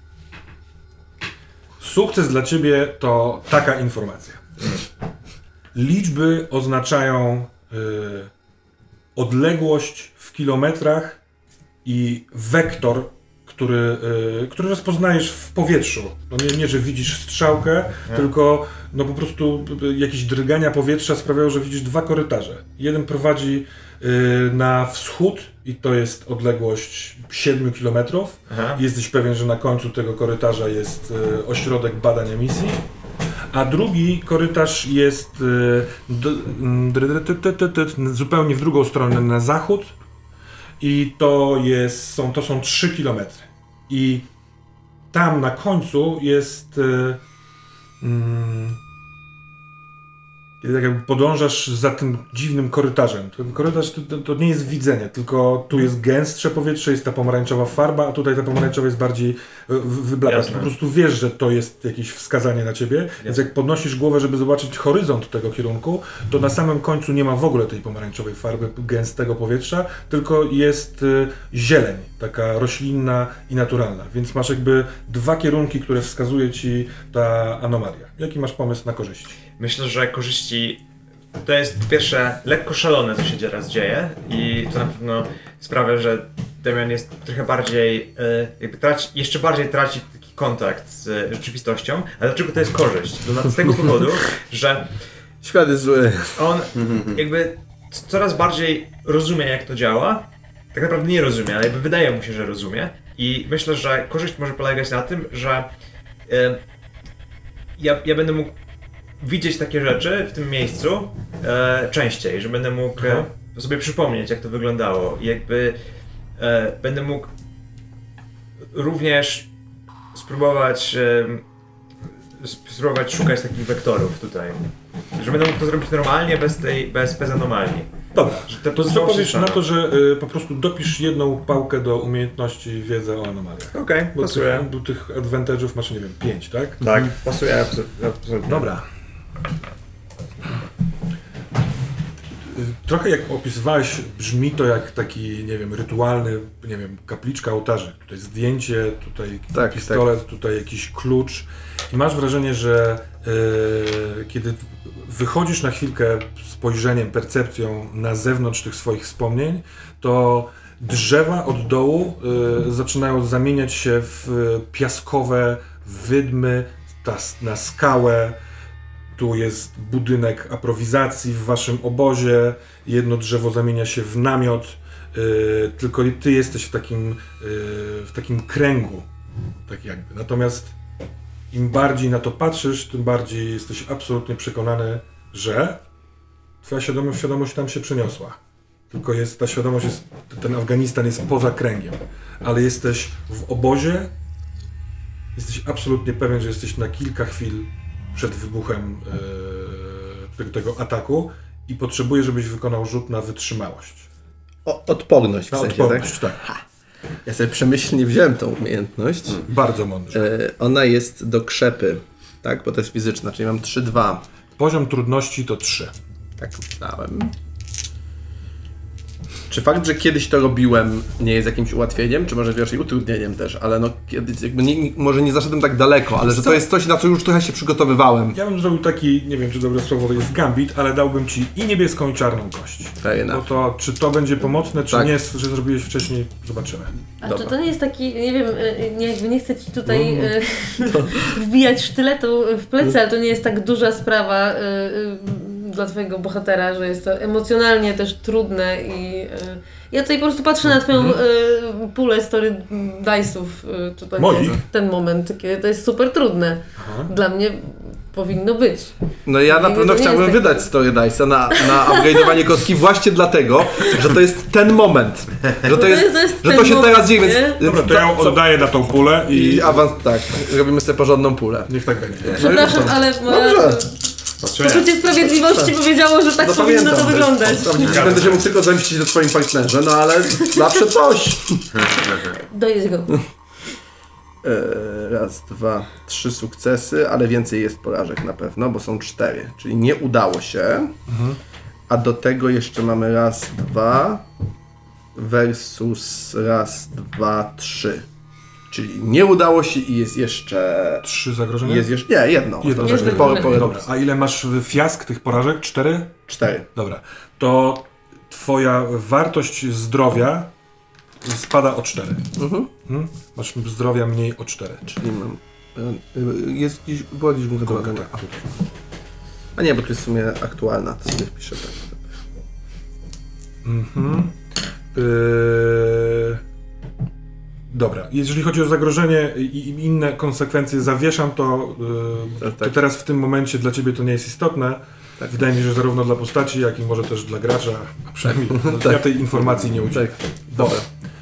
A: Sukces dla ciebie to taka informacja. Liczby oznaczają y, odległość w kilometrach i wektor, który, y, który rozpoznajesz w powietrzu. No nie, nie, że widzisz strzałkę,
B: Nie.
A: tylko no po prostu y, jakieś drgania powietrza sprawiają, że widzisz dwa korytarze. Jeden prowadzi y, na wschód i to jest odległość siedmiu kilometrów.
B: Aha.
A: Jesteś pewien, że na końcu tego korytarza jest y, ośrodek badań emisji. A drugi korytarz jest y, d, d, d, d, d, d, d, zupełnie w drugą stronę, na zachód. I to jest, są, to są trzy kilometry. I tam na końcu jest... Y, mm, kiedy tak jakby podążasz za tym dziwnym korytarzem. Ten korytarz to, to, to nie jest widzenie, tylko tu jest gęstsze powietrze, jest ta pomarańczowa farba, a tutaj ta pomarańczowa jest bardziej wyblaka.
B: Jasne.
A: Po prostu wiesz, że to jest jakieś wskazanie na ciebie, więc jak podnosisz głowę, żeby zobaczyć horyzont tego kierunku, to na samym końcu nie ma w ogóle tej pomarańczowej farby, gęstego powietrza, tylko jest y, zieleń, taka roślinna i naturalna. Więc masz jakby dwa kierunki, które wskazuje ci ta anomalia. Jaki masz pomysł na korzyści?
B: Myślę, że korzyści to jest po pierwsze lekko szalone, co się teraz dzieje i to na pewno sprawia, że Damian jest trochę bardziej, e, jakby traci, jeszcze bardziej traci taki kontakt z rzeczywistością. A dlaczego to jest korzyść? To z tego powodu, że
E: Świat jest zły.
B: on jakby c- coraz bardziej rozumie, jak to działa. Tak naprawdę nie rozumie, ale jakby wydaje mu się, że rozumie. I myślę, że korzyść może polegać na tym, że e, ja, ja będę mógł widzieć takie rzeczy w tym miejscu e, częściej, że będę mógł e, sobie przypomnieć, jak to wyglądało i jakby e, będę mógł również spróbować e, spróbować szukać takich wektorów tutaj, że będę mógł to zrobić normalnie, bez tej, bez, bez anomalii.
A: Dobra,
B: Że te
A: to co
B: pozostało
A: powiesz
B: się
A: na
B: samo.
A: to, że y, po prostu dopisz jedną pałkę do umiejętności wiedzy o anomaliach.
B: Okej,
A: Bo
B: pasuje.
A: tych, bo tych advantage'ów masz, nie wiem, pięć, tak?
B: Tak, pasuje absolutnie.
A: Dobra. Y, Trochę jak opisywałeś, brzmi to jak taki, nie wiem, rytualny, nie wiem, kapliczka ołtarzyk. Tutaj zdjęcie, tutaj
E: Tak,
A: pistolet, tutaj jakiś klucz. I masz wrażenie, że y, kiedy wychodzisz na chwilkę spojrzeniem, percepcją na zewnątrz tych swoich wspomnień, to drzewa od dołu y, zaczynają zamieniać się w piaskowe wydmy, ta, na skałę. Tu jest budynek aprowizacji w waszym obozie, jedno drzewo zamienia się w namiot, y, tylko ty jesteś w takim, y, w takim kręgu, tak jakby. Natomiast im bardziej na to patrzysz, tym bardziej jesteś absolutnie przekonany, że twoja świadomość, świadomość tam się przeniosła. Tylko jest, ta świadomość jest, ten Afganistan jest poza kręgiem, ale jesteś w obozie, jesteś absolutnie pewien, że jesteś na kilka chwil przed wybuchem yy, tego, tego ataku i potrzebuję, żebyś wykonał rzut na wytrzymałość.
E: O, odporność w
A: Na
E: sensie,
A: odporność,
E: tak?
A: tak.
E: Ja sobie przemyślnie wziąłem tą umiejętność.
A: Hmm. Bardzo mądrze.
E: E, ona jest do krzepy, tak? Bo to jest fizyczna, czyli mam trzy dwa.
A: Poziom trudności to trzy.
E: Tak dałem. Czy fakt, że kiedyś to robiłem, nie jest jakimś ułatwieniem, czy może raczej utrudnieniem też, ale no kiedyś jakby nie, nie, może nie zaszedłem tak daleko, ale że to jest coś, na co już trochę się przygotowywałem.
A: Ja bym zrobił taki, nie wiem czy dobre słowo to jest gambit, ale dałbym ci i niebieską i czarną kość.
E: Fair
A: No
E: enough.
A: to czy to będzie pomocne, czy
E: Tak.
A: nie, że zrobiłeś wcześniej, zobaczymy.
C: A
E: Dobra.
C: czy to nie jest taki, nie wiem, y, nie, jakby nie chcę ci tutaj y, wbijać sztyletu w plecy, ale to nie jest tak duża sprawa y, y, dla twojego bohatera, że jest to emocjonalnie też trudne i y, ja tutaj po prostu patrzę na twoją y, pulę story dice'ów, y, czy to nie
A: Moich?
C: jest ten moment, kiedy to jest super trudne.
A: Aha.
C: Dla mnie powinno być.
E: No ja na
C: Nie,
E: pewno
C: to nie
E: chciałbym
C: jest taki-
E: wydać Story Dice'a na, na upgrade'owanie kostki właśnie dlatego, że to jest ten moment. Że to jest,
C: to jest
E: że
C: ten
E: to się
C: moment,
E: teraz dzieje, więc...
C: nie?
A: Dobra, to ja ją oddaję na tą pulę i,
E: I awans, tak, robimy sobie porządną pulę.
A: niech tak będzie.
C: Przepraszam, ale
E: Dobrze.
C: poczucie sprawiedliwości powiedziało, że tak powinno to wyglądać.
E: Prawdziwie będę się mógł tylko zemścić na twoim partnerze, no ale zawsze coś.
C: Dojedź go.
E: E, raz, dwa, trzy sukcesy, ale więcej jest porażek na pewno, bo są cztery. Czyli nie udało się. A do tego jeszcze mamy raz, dwa versus raz, dwa, trzy. Czyli nie udało się i jest jeszcze...
A: Trzy zagrożenia?
E: Jest jeszcze... Nie, jedno.
A: Jedno
E: Ostatnie.
A: zagrożenie.
E: po, po,
A: Dobra, a ile masz fiask tych porażek? Cztery?
E: Cztery.
A: Dobra, to twoja wartość zdrowia spada o cztery.
E: Mhm.
A: Hmm? Masz zdrowia mniej o cztery.
E: Czyli mam... e, e, Jest gdzieś... Była gdzieś
A: Kogo,
E: tak.
A: tak, tutaj.
E: A nie, bo to jest w sumie aktualna, to sobie wpiszę tak.
A: Mhm. Yy... Dobra, jeżeli chodzi o zagrożenie i i inne konsekwencje zawieszam, to, yy,
E: Tak,
A: to
E: tak.
A: teraz w tym momencie dla ciebie to nie jest istotne.
E: Tak.
A: Wydaje mi się, że zarówno dla postaci, jak i może też dla gracza, a przynajmniej no, ja tej informacji nie udzielę.
E: Tak.
A: Dobra.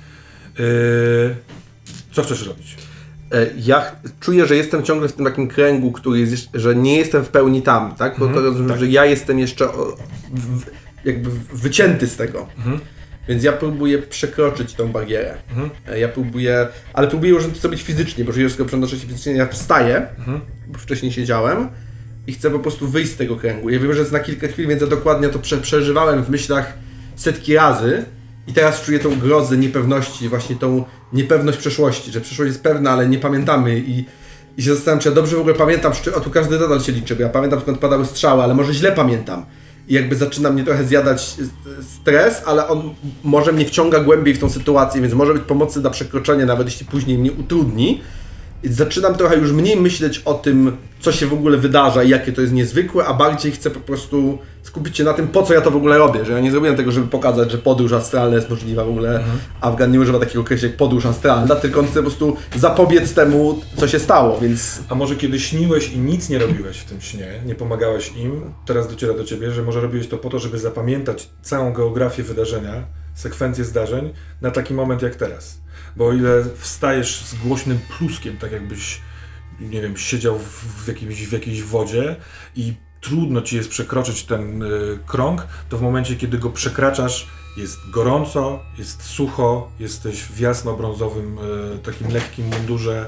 A: Yy... Co chcesz robić?
E: E, Ja ch- czuję, że jestem ciągle w tym takim kręgu, który jest, jeszcze- że nie jestem w pełni tam, tak? Bo to rozumiem,
A: tak.
E: że ja jestem jeszcze o, w, jakby wycięty z tego. Więc ja próbuję przekroczyć tą barierę. E, Ja próbuję, ale próbuję już to zrobić fizycznie, bo jeżeli wszystko przenoszę się fizycznie, ja wstaję, bo wcześniej siedziałem i chcę po prostu wyjść z tego kręgu. Ja wiem, że jest na kilka chwil, więc ja dokładnie to prze, przeżywałem w myślach setki razy i teraz czuję tą grozę niepewności, właśnie tą niepewność przeszłości, że przyszłość jest pewna, ale nie pamiętamy i, i się zastanawiam, czy ja dobrze w ogóle pamiętam, czy, a tu każdy nadal się liczy, bo ja pamiętam, skąd padały strzały, ale może źle pamiętam. I jakby zaczyna mnie trochę zjadać stres, ale on może mnie wciąga głębiej w tą sytuację, więc może być pomocny dla przekroczenia, nawet jeśli później mnie utrudni. I zaczynam trochę już mniej myśleć o tym, co się w ogóle wydarza i jakie to jest niezwykłe, a bardziej chcę po prostu skupić się na tym, po co ja to w ogóle robię. Że ja nie zrobiłem tego, żeby pokazać, że podróż astralna jest możliwa. W ogóle mhm. Afgan nie używa takiego określenia jak podróż astralna, tylko on chce po prostu zapobiec temu, co się stało, więc...
A: A może kiedy śniłeś i nic nie robiłeś w tym śnie, nie pomagałeś im, teraz dociera do ciebie, że może robiłeś to po to, żeby zapamiętać całą geografię wydarzenia, sekwencję zdarzeń na taki moment jak teraz. Bo o ile wstajesz z głośnym pluskiem, tak jakbyś, nie wiem, siedział w, w, jakimś, w jakiejś wodzie i trudno ci jest przekroczyć ten y, krąg, to w momencie, kiedy go przekraczasz, jest gorąco, jest sucho, jesteś w jasno-brązowym, y, takim lekkim mundurze,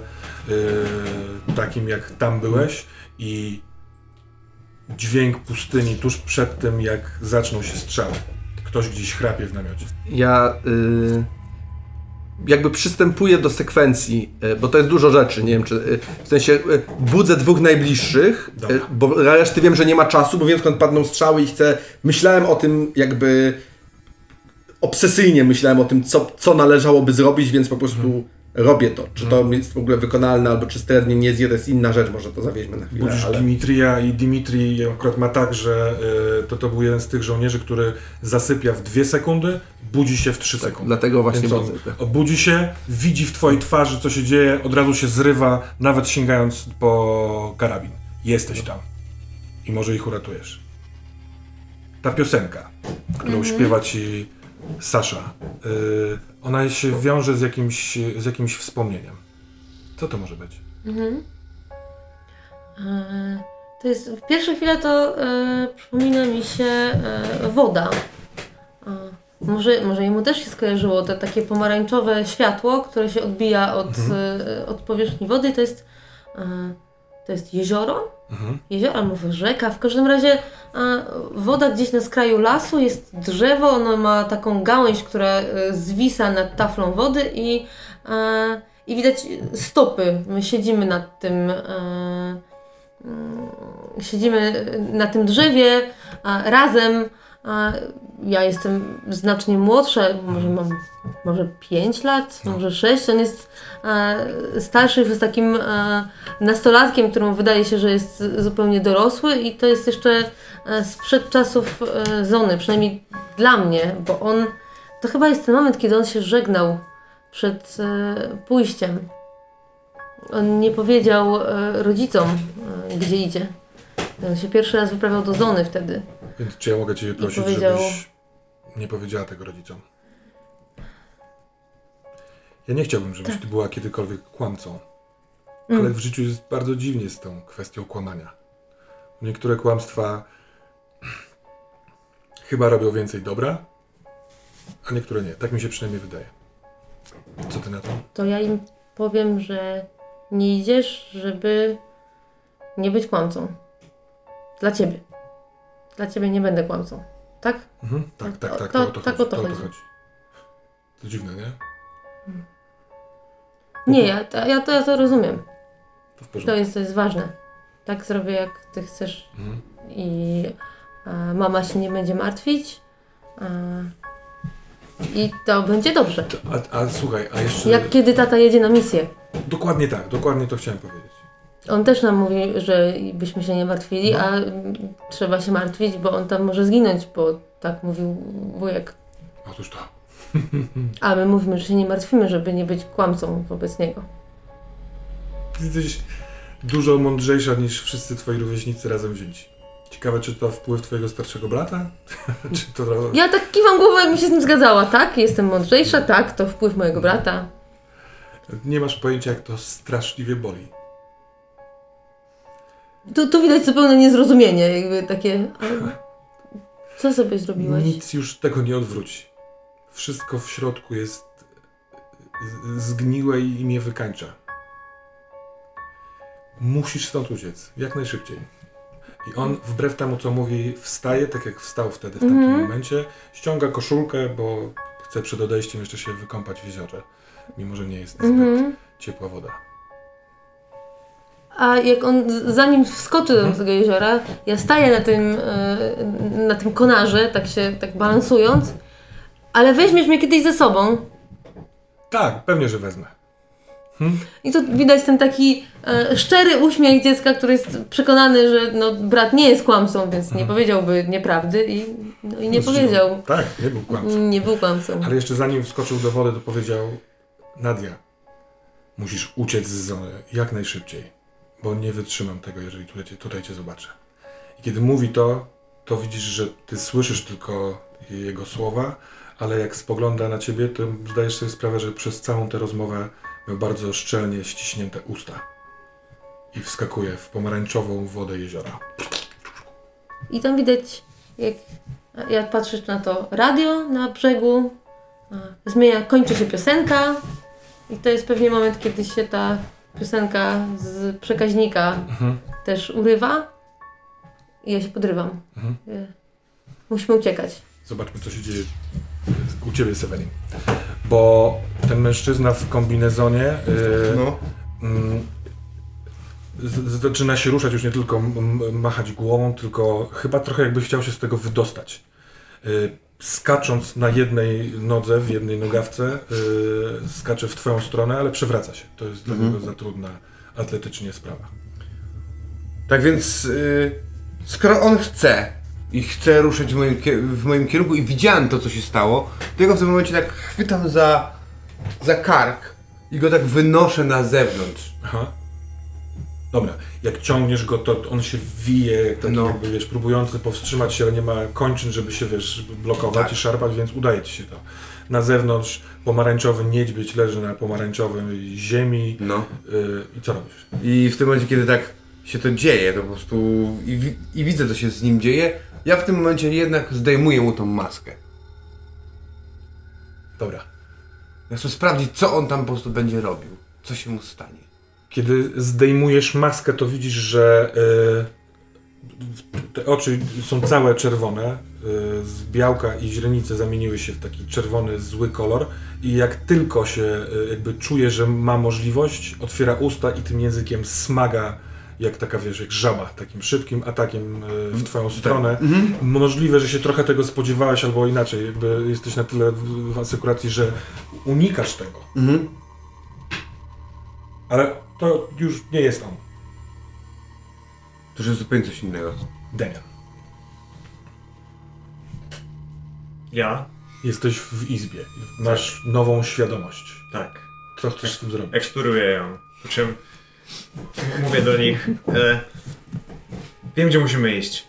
A: y, takim jak tam byłeś i dźwięk pustyni tuż przed tym, jak zaczną się strzały. Ktoś gdzieś chrapie w namiocie.
E: Ja y, jakby przystępuję do sekwencji, y, bo to jest dużo rzeczy, nie wiem czy, y, w sensie y, budzę dwóch najbliższych,
A: Dobra.
E: y, bo reszty wiem, że nie ma czasu, bo wiem skąd padną strzały i chcę, myślałem o tym jakby obsesyjnie myślałem o tym, co, co należałoby zrobić, więc po prostu hmm. robię to. Czy to hmm. jest w ogóle wykonalne, albo czy sternie mnie nie zje, to jest inna rzecz, może to zawieźmy na chwilę.
A: Budzisz
E: Ale...
A: Dimitrija i Dimitri akurat ma tak, że y, to, to był jeden z tych żołnierzy, który zasypia w dwie sekundy, budzi się w trzy
E: Tak,
A: sekundy.
E: dlatego właśnie
A: Więc on
E: budzę.
A: obudzi się, widzi w twojej twarzy, co się dzieje, od razu się zrywa, nawet sięgając po karabin. Jesteś tam i może ich uratujesz. Ta piosenka, którą
C: Mhm.
A: śpiewa ci Sasza, y, ona się wiąże z jakimś, z jakimś wspomnieniem. Co to może być?
C: Mhm. E, To jest, w pierwszej chwili to e, przypomina mi się e, woda. E, Może, może jemu też się skojarzyło to takie pomarańczowe światło, które się odbija od, mhm. y, od powierzchni wody. To jest, y, to jest jezioro? Mhm. Jezioro albo rzeka. W każdym razie y, woda gdzieś na skraju lasu, jest drzewo, ono ma taką gałęź, która y, zwisa nad taflą wody i, y, i widać stopy. My siedzimy nad tym y, y, siedzimy na tym drzewie y, razem. A ja jestem znacznie młodsza, może mam może pięć lat, no. może sześć. On jest e, starszy, jest takim e, nastolatkiem, któremu wydaje się, że jest zupełnie dorosły i to jest jeszcze e, sprzed czasów e, Zony, przynajmniej dla mnie, bo on, to chyba jest ten moment, kiedy on się żegnał przed e, pójściem. On nie powiedział e, rodzicom, e, gdzie idzie. On się pierwszy raz wyprawiał do Zony wtedy.
A: Więc czy ja mogę Cię prosić, powiedział... żebyś nie powiedziała tego rodzicom? Ja nie chciałbym, żebyś tak. Ty była kiedykolwiek kłamcą. Mm. Ale w życiu jest bardzo dziwnie z tą kwestią kłamania. Niektóre kłamstwa chyba robią więcej dobra, a niektóre nie. Tak mi się przynajmniej wydaje. Co Ty na to?
C: To ja im powiem, że nie idziesz, żeby nie być kłamcą. Dla Ciebie. Dla Ciebie nie będę kłamcą. Tak?
A: Mhm, tak, tak, tak.
C: To,
A: to, to,
C: tak
A: chodzi,
C: o to,
A: to,
C: chodzi.
A: to chodzi. To dziwne, nie?
C: Hmm. Nie, ja, to, ja, to, ja to rozumiem.
A: To, w porządku.
C: To, jest, to jest ważne. Tak zrobię, jak Ty chcesz. Mhm. I a, mama się nie będzie martwić. A, I to będzie dobrze.
A: To, a, a słuchaj, a jeszcze...
C: Jak kiedy tata jedzie na misję.
A: Dokładnie tak, dokładnie to chciałem powiedzieć.
C: On też nam mówi, że byśmy się nie martwili, no. a trzeba się martwić, bo on tam może zginąć, bo tak mówił wujek.
A: Otóż to.
C: A my mówimy, że się nie martwimy, żeby nie być kłamcą wobec niego.
A: Ty jesteś dużo mądrzejsza niż wszyscy twoi rówieśnicy razem wzięci. Ciekawe, czy to wpływ twojego starszego brata? czy to...
C: Ja tak kiwam głową, jakbym się z nim zgadzała. Tak, jestem mądrzejsza, tak, to wpływ mojego brata.
A: Nie masz pojęcia, jak to straszliwie boli.
C: Tu, tu widać zupełne niezrozumienie, jakby takie... Co sobie zrobiłeś?
A: Nic już tego nie odwróci. Wszystko w środku jest zgniłe i mnie wykańcza. Musisz stąd uciec, jak najszybciej. I on, wbrew temu, co mówi, wstaje, tak jak wstał wtedy, w tamtym mm-hmm. momencie, ściąga koszulkę, bo chce przed odejściem jeszcze się wykąpać w jeziorze, mimo że nie jest zbyt mm-hmm. ciepła woda.
C: A jak on, zanim wskoczy do tego jeziora, ja staję na tym, na tym konarze, tak się, tak balansując, ale weźmiesz mnie kiedyś ze sobą.
A: Tak, pewnie, że wezmę. Hm?
C: I tu widać ten taki e, szczery uśmiech dziecka, który jest przekonany, że no, brat nie jest kłamcą, więc nie powiedziałby nieprawdy i, no, i nie
A: no,
C: powiedział.
A: Tak, nie był kłamcą.
C: Nie był kłamcą.
A: Ale jeszcze zanim wskoczył do wody, to powiedział: Nadia, musisz uciec z Zony jak najszybciej, bo nie wytrzymam tego, jeżeli tutaj cię, tutaj cię zobaczę. I kiedy mówi to, to widzisz, że ty słyszysz tylko jego słowa, ale jak spogląda na ciebie, to zdajesz sobie sprawę, że przez całą tę rozmowę miał bardzo szczelnie ściśnięte usta. I wskakuje w pomarańczową wodę jeziora.
C: I tam widać, jak, jak patrzysz na to radio na brzegu, zmienia, kończy się piosenka i to jest pewnie moment, kiedy się ta piosenka z przekaźnika mhm. też urywa i ja się podrywam. Mhm. Musimy uciekać.
A: Zobaczmy, co się dzieje u Ciebie, Sewelin. Bo ten mężczyzna w kombinezonie yy, no. yy, z, zaczyna się ruszać, już nie tylko m- machać głową, tylko chyba trochę jakby chciał się z tego wydostać. Yy, skacząc na jednej nodze, w jednej nogawce, yy, skacze w Twoją stronę, ale przewraca się. To jest mhm. dla niego za trudna atletycznie sprawa.
D: Tak więc, yy, skoro on chce i chcę ruszyć w moim, w moim kierunku i widziałem to, co się stało, to ja w tym momencie tak chwytam za, za kark i go tak wynoszę na zewnątrz.
A: Aha. Dobra, jak ciągniesz go, to on się wije, jak taki no. jakby, wiesz, próbujący powstrzymać się, ale nie ma kończyn, żeby się, wiesz, blokować tak. i szarpać, więc udaje ci się to. Na zewnątrz pomarańczowy niedźwiedź leży na pomarańczowej ziemi no. yy, i co robisz?
D: I w tym momencie, kiedy tak się to dzieje, to po prostu i, i widzę, co się z nim dzieje, ja w tym momencie jednak zdejmuję mu tą maskę.
A: Dobra.
D: Ja chcę sprawdzić, co on tam po prostu będzie robił. Co się mu stanie.
A: Kiedy zdejmujesz maskę, to widzisz, że y, te oczy są całe czerwone. Y, z białka i źrenice zamieniły się w taki czerwony, zły kolor. I jak tylko się y, jakby czuje, że ma możliwość, otwiera usta i tym językiem smaga, jak taka, wiesz, jak żaba, takim szybkim atakiem y, w twoją stronę.
D: Mhm.
A: Możliwe, że się trochę tego spodziewałeś, albo inaczej, jakby jesteś na tyle w, w asekuracji, że unikasz tego.
D: Mhm.
A: Ale to już nie jest on.
D: To już jest zupełnie coś innego.
A: Damian.
B: Ja?
A: Jesteś w izbie. Masz nową świadomość.
B: Tak.
A: Co chcesz z tym zrobić?
B: Eksploruję ją. Po czym mówię do nich, e, wiem, gdzie musimy iść.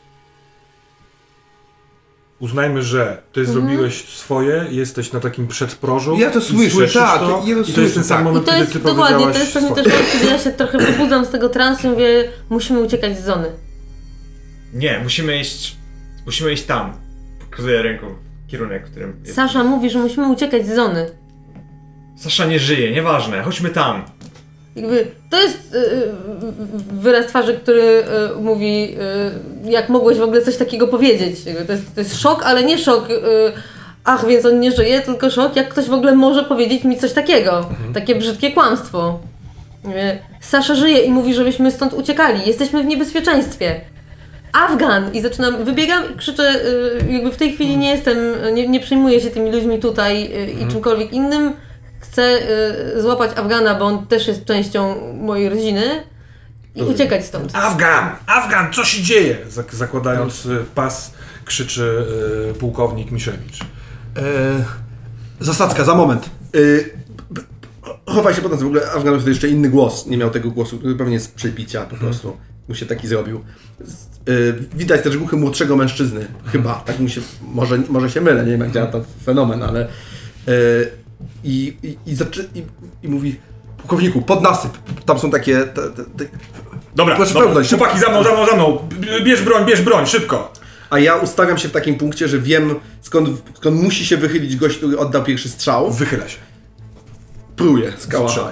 A: Uznajmy, że ty
C: Mhm.
A: zrobiłeś swoje, jesteś na takim przedprożu.
D: Ja to
A: i
D: słyszę,
A: słyszysz
D: tak,
A: To,
D: ja to
A: I to
D: słyszę,
A: jest ten sam
D: tak.
C: I
A: moment,
C: to
A: kiedy
C: jest
A: ty
C: dokładnie, to
A: powiedziałaś
C: jest pewnie
A: swoje.
C: też moment, kiedy ja się trochę wybudzam z tego transu i mówię, musimy uciekać z zony.
B: Nie, musimy iść, musimy iść tam. Pokazuję ręką w kierunek, w którym jest.
C: Sasza mówi, że musimy uciekać z zony.
B: Sasza nie żyje, nieważne, chodźmy tam.
C: Jakby, to jest y, y, wyraz twarzy, który y, mówi, y, jak mogłeś w ogóle coś takiego powiedzieć. Jakby to, jest, to jest szok, ale nie szok, y, ach, więc on nie żyje, tylko szok, jak ktoś w ogóle może powiedzieć mi coś takiego.
A: Mhm.
C: Takie brzydkie kłamstwo. Y, Sasza żyje i mówi, żebyśmy stąd uciekali. Jesteśmy w niebezpieczeństwie. Afgan! I zaczynam, wybiegam i krzyczę, y, jakby w tej chwili nie jestem, nie, nie przejmuję się tymi ludźmi tutaj y, i czymkolwiek innym. Chcę y, złapać Afgana, bo on też jest częścią mojej rodziny i uciekać stąd.
A: Afgan! Afgan! Co się dzieje? Zak- zakładając y, pas, krzyczy y, pułkownik Miszewicz.
E: Eee, zasadzka, za moment. Eee, b- b- chowaj się potem, w ogóle Afgan wtedy jeszcze inny głos. Nie miał tego głosu, który pewnie z przepicia po prostu. Mu się taki zrobił. Z- eee, widać też głuchy młodszego mężczyzny. Chyba. Tak mi się, może, może się mylę, nie wiem jak działa to fenomen, ale... Eee, I, i, i, zaczy, i, I mówi, pułkowniku, pod nasyp. Tam są takie... Te, te, te...
A: Dobra,
E: Proszę
A: dobra
E: pełność.
A: chłopaki, za mną, za mną, za mną! B- Bierz broń, bierz broń, szybko!
E: A ja ustawiam się w takim punkcie, że wiem skąd, skąd musi się wychylić gość, który oddał pierwszy strzał.
A: Wychyla się.
E: Pruję z kałacha.
A: Strzelaj.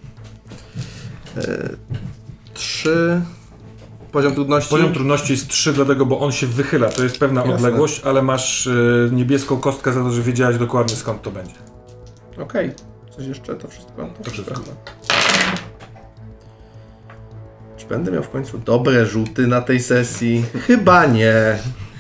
E: Trzy... Poziom trudności.
A: Poziom trudności jest trzy, dlatego, bo on się wychyla. To jest pewna
E: Jasne.
A: odległość, ale masz y, niebieską kostkę za to, że wiedziałeś dokładnie skąd to będzie.
E: Okej. Coś jeszcze? To wszystko?
A: To wszystko.
E: Czy będę miał w końcu dobre rzuty na tej sesji? Chyba nie.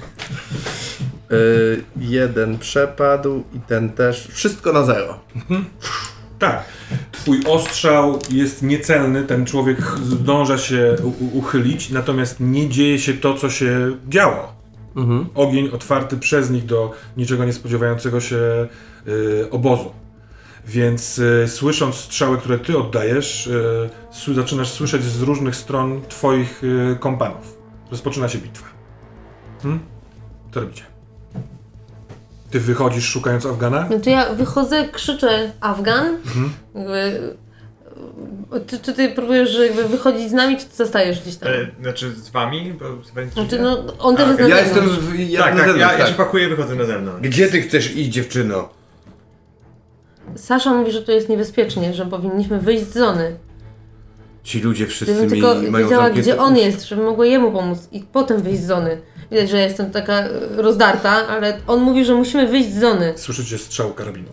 E: Yy, jeden przepadł i ten też. Wszystko na zero.
A: Tak. Twój ostrzał jest niecelny, ten człowiek zdąża się u- uchylić, natomiast nie dzieje się to, co się działo.
E: Mhm.
A: Ogień otwarty przez nich do niczego nie spodziewającego się y, obozu. Więc y, słysząc strzały, które ty oddajesz, y, s- zaczynasz słyszeć z różnych stron twoich y, kompanów. Rozpoczyna się bitwa. Hmm? Co robicie? Ty wychodzisz szukając Afgana?
C: Znaczy ja wychodzę, krzyczę Afgan.
A: Mhm.
C: Jakby, czy, czy ty próbujesz jakby wychodzić z nami, czy ty zostajesz gdzieś tam?
B: E, znaczy z wami? Bo chyba nie
C: Znaczy no, on też
B: A,
C: jest na
D: Ja
C: zewnątrz.
D: jestem w, ja
B: Tak,
D: na
B: tak,
D: zewnątrz,
B: ja, ja
D: tak.
B: się pakuję i wychodzę na zewnątrz.
D: Gdzie ty chcesz iść, dziewczyno?
C: Sasza mówi, że tu jest niebezpiecznie, że powinniśmy wyjść z zony.
D: Ci ludzie wszyscy
C: Gdybym
D: mi
C: tylko
D: mają
C: wiedziała,
D: zamknięte
C: gdzie on
D: usta.
C: jest, żebym mogła jemu pomóc i potem wyjść z zony. Widać, że ja jestem taka e, rozdarta, ale on mówi, że musimy wyjść z zony.
A: Słyszycie strzał karabinu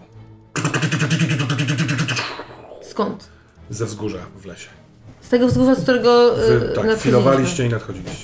C: Skąd?
A: ze wzgórza w lesie.
C: Z tego wzgórza, z którego e,
A: Wy tak,
C: nadchodziliśmy.
A: filowaliście i nadchodziliście.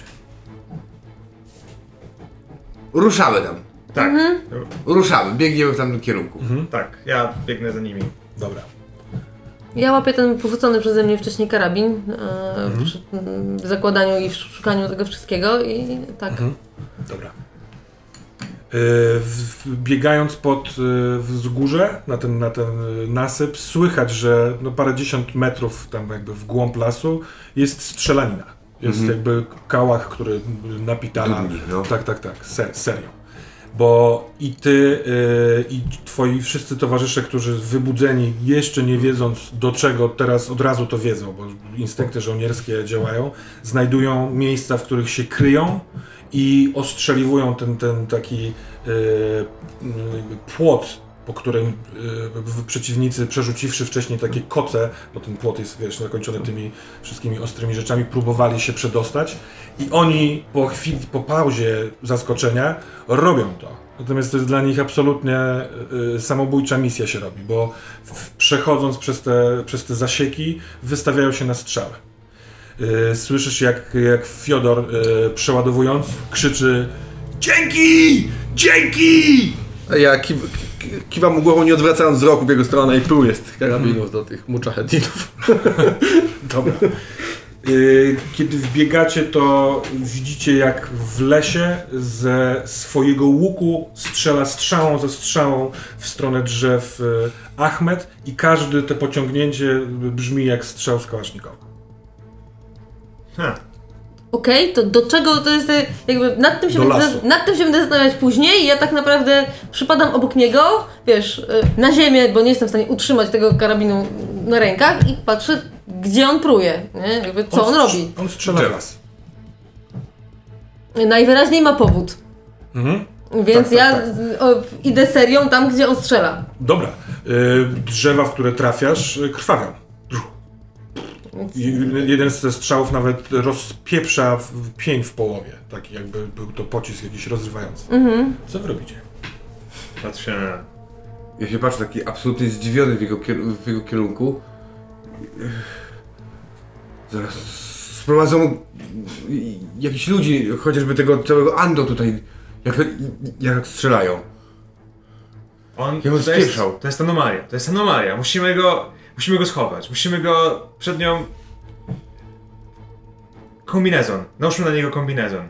D: Ruszamy tam.
B: Tak,
C: Mhm.
D: Ruszamy, biegniemy w tamtym kierunku.
B: tak, ja biegnę za nimi.
A: Dobra.
C: Ja łapię ten porzucony przeze mnie wcześniej karabin e,
A: Mhm.
C: przy m, zakładaniu i szukaniu tego wszystkiego i tak.
A: Mhm. Dobra. Yy, w, w, biegając pod yy, wzgórze, na ten, na ten yy, nasyp, słychać, że no parędziesiąt metrów tam jakby w głąb lasu jest strzelanina. Jest
D: Mhm.
A: jakby kałach, który napitala.
D: Dudni, no.
A: Tak, tak, tak, ser, serio. Bo i ty, yy, i twoi wszyscy towarzysze, którzy wybudzeni, jeszcze nie wiedząc do czego, teraz od razu to wiedzą, bo instynkty żołnierskie działają, znajdują miejsca, w których się kryją i ostrzeliwują ten, ten taki yy, yy, płot po którym y, przeciwnicy, przerzuciwszy wcześniej takie koce, bo ten płot jest, wiesz, zakończony tymi wszystkimi ostrymi rzeczami, próbowali się przedostać i oni po chwili, po pauzie zaskoczenia robią to. Natomiast to jest dla nich absolutnie y, samobójcza misja się robi, bo w, przechodząc przez te, przez te zasieki wystawiają się na strzały. Y, słyszysz jak, jak Fiodor y, przeładowując krzyczy: dzięki! Dzięki!
E: A ja kiw, ki, kiwam mu głową, nie odwracając wzroku w jego stronę i próbuję z tych karabinów mm. do tych muczahedinów.
A: Dobra. Kiedy wbiegacie, to widzicie, jak w lesie ze swojego łuku strzela strzałą za strzałą w stronę drzew Ahmed i każde te pociągnięcie brzmi jak strzał z kałasznikowa.
B: Ha.
C: Okej, okay, to do czego to jest, jakby nad tym, się będę, nad tym się będę zastanawiać później. Ja tak naprawdę przypadam obok niego, wiesz, na ziemię, bo nie jestem w stanie utrzymać tego karabinu na rękach i patrzę, gdzie on pruje, nie? Jakby co on, on robi.
A: On strzela w las.
C: Najwyraźniej ma powód. Mhm. Więc tak, ja tak, tak. O, idę serią tam, gdzie on strzela.
A: Dobra. Yy, drzewa, w które trafiasz, krwawią. Jeden ze strzałów nawet rozpieprza pień w połowie, taki jakby był to pocisk jakiś rozrywający. Mhm. Co wy robicie?
B: Patrzę na...
D: Ja się patrzę taki absolutnie zdziwiony w jego, w jego kierunku. Zaraz sprowadzą jakichś ludzi, chociażby tego całego Ando tutaj, jak, jak strzelają.
B: On ja to, jest, to jest anomalia, to jest anomalia. Musimy go... Musimy go schować, musimy go przed nią... Kombinezon. Nałóżmy na niego kombinezon.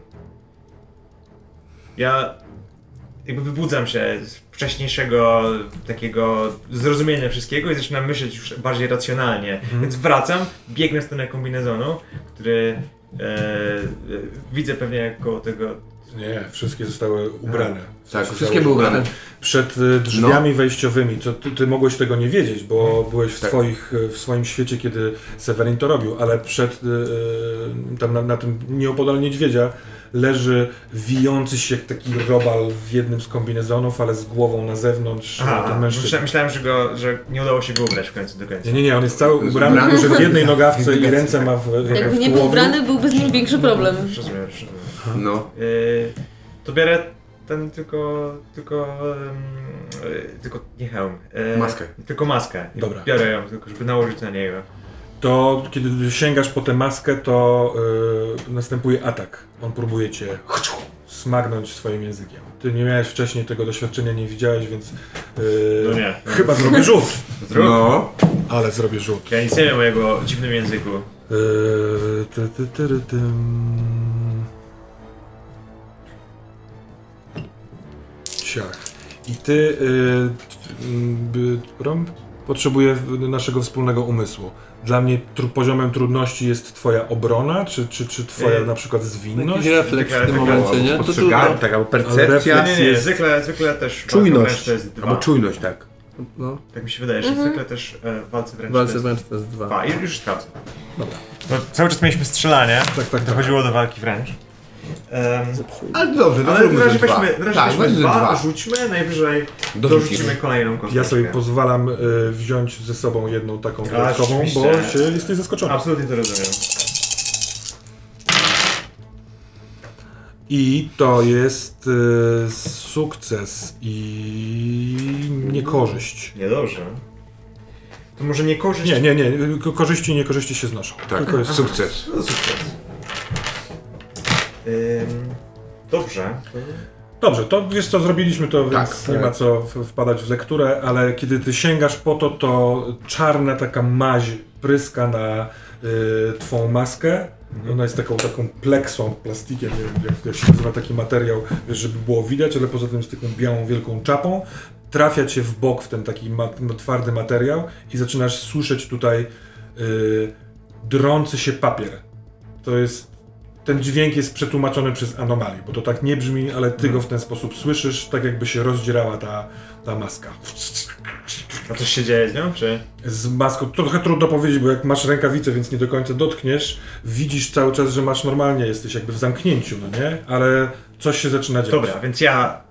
B: Ja jakby wybudzam się z wcześniejszego takiego zrozumienia wszystkiego i zaczynam myśleć już bardziej racjonalnie. Mhm. Więc wracam, biegnę w stronę kombinezonu, który e, e, widzę pewnie jak koło tego...
A: Nie, wszystkie zostały ubrane.
D: A, tak, wszystkie były ubrane.
A: Przed drzwiami no. wejściowymi, co ty, ty mogłeś tego nie wiedzieć, bo byłeś w, tak. swoich, w swoim świecie, kiedy Severin to robił, ale przed, tam na, na tym nieopodal niedźwiedzia leży wijący się taki robal w jednym z kombinezonów, ale z głową na zewnątrz.
B: Aha, ten mężczyzna. Myślałem, że, go, że nie udało się go ubrać w końcu do końca.
A: Nie, nie, nie, on jest cały ubrany, tylko że w jednej nogawce i ręce ma w, w
C: Jakby nie był ubrany, byłby z nim większy problem.
B: Rozumiem, rozumiem.
D: No.
B: Y, to biorę ten tylko, tylko, y, tylko nie hełm. Y,
D: maskę.
B: Tylko maskę.
A: Dobra.
B: Biorę ją tylko, żeby nałożyć na niego.
A: To kiedy sięgasz po tę maskę, to yy, następuje atak. On próbuje cię smagnąć swoim językiem. Ty nie miałeś wcześniej tego doświadczenia, nie widziałeś, więc yy,
B: no nie.
A: chyba zrobię rzut.
B: Zrób.
A: No, ale zrobię rzut.
B: Ja nic nie wiem o jego dziwnym języku.
A: Yy, ty, ty, ty, ty, ty. Ciach. I ty yy, Rom, potrzebuję naszego wspólnego umysłu. Dla mnie tr- poziomem trudności jest twoja obrona, czy, czy, czy twoja na przykład zwinność?
E: Jakiś refleks w tym momencie, nie?
D: To tu, tak, albo percepcja.
B: Nie, nie, nie, zwykle, zwykle też
E: czujność.
B: To jest dwa.
D: Albo czujność, tak.
B: No. Tak mi się wydaje, że mhm. zwykle też e, w walce wręcz
E: walce wręcz to jest dwa.
B: dwa. I już sprawdzę.
A: Dobra.
B: No, cały czas mieliśmy strzelanie,
A: tak, tak,
B: dochodziło tak. do walki wręcz. Um,
D: ale dobrze, to
B: ale na razie weźmy, na razie
D: tak,
B: weźmy dwa, dwa, rzućmy, najwyżej dorzucimy kolejną kosteczkę.
A: Ja sobie pozwalam y, wziąć ze sobą jedną taką dodatkową, bo się jesteś zaskoczony.
B: Absolutnie to rozumiem.
A: I to jest y, sukces i niekorzyść.
B: Niedobrze. To może niekorzyść...
A: Nie, nie, nie. Korzyści i niekorzyści się znoszą.
D: Tak, tylko jest sukces.
B: To sukces. Ym, dobrze.
A: Dobrze, to wiesz co zrobiliśmy, to
D: tak,
A: więc nie ma co wpadać w lekturę, ale kiedy ty sięgasz po to, to czarna taka maź pryska na y, twą maskę. Ona jest taką taką pleksą, plastikiem, nie wiem jak, jak się nazywa taki materiał, wiesz, żeby było widać, ale poza tym z taką białą wielką czapą. Trafia cię w bok w ten taki ma, twardy materiał i zaczynasz słyszeć tutaj y, drący się papier. To jest Ten dźwięk jest przetłumaczony przez anomalię, bo to tak nie brzmi, ale ty go w ten sposób słyszysz, tak jakby się rozdzierała ta, ta maska.
B: A coś się dzieje z nią, czy?
A: Z maską, to trochę trudno powiedzieć, bo jak masz rękawice, więc nie do końca dotkniesz, widzisz cały czas, że masz normalnie, jesteś jakby w zamknięciu, no nie? Ale coś się zaczyna dziać.
B: Dobra, więc ja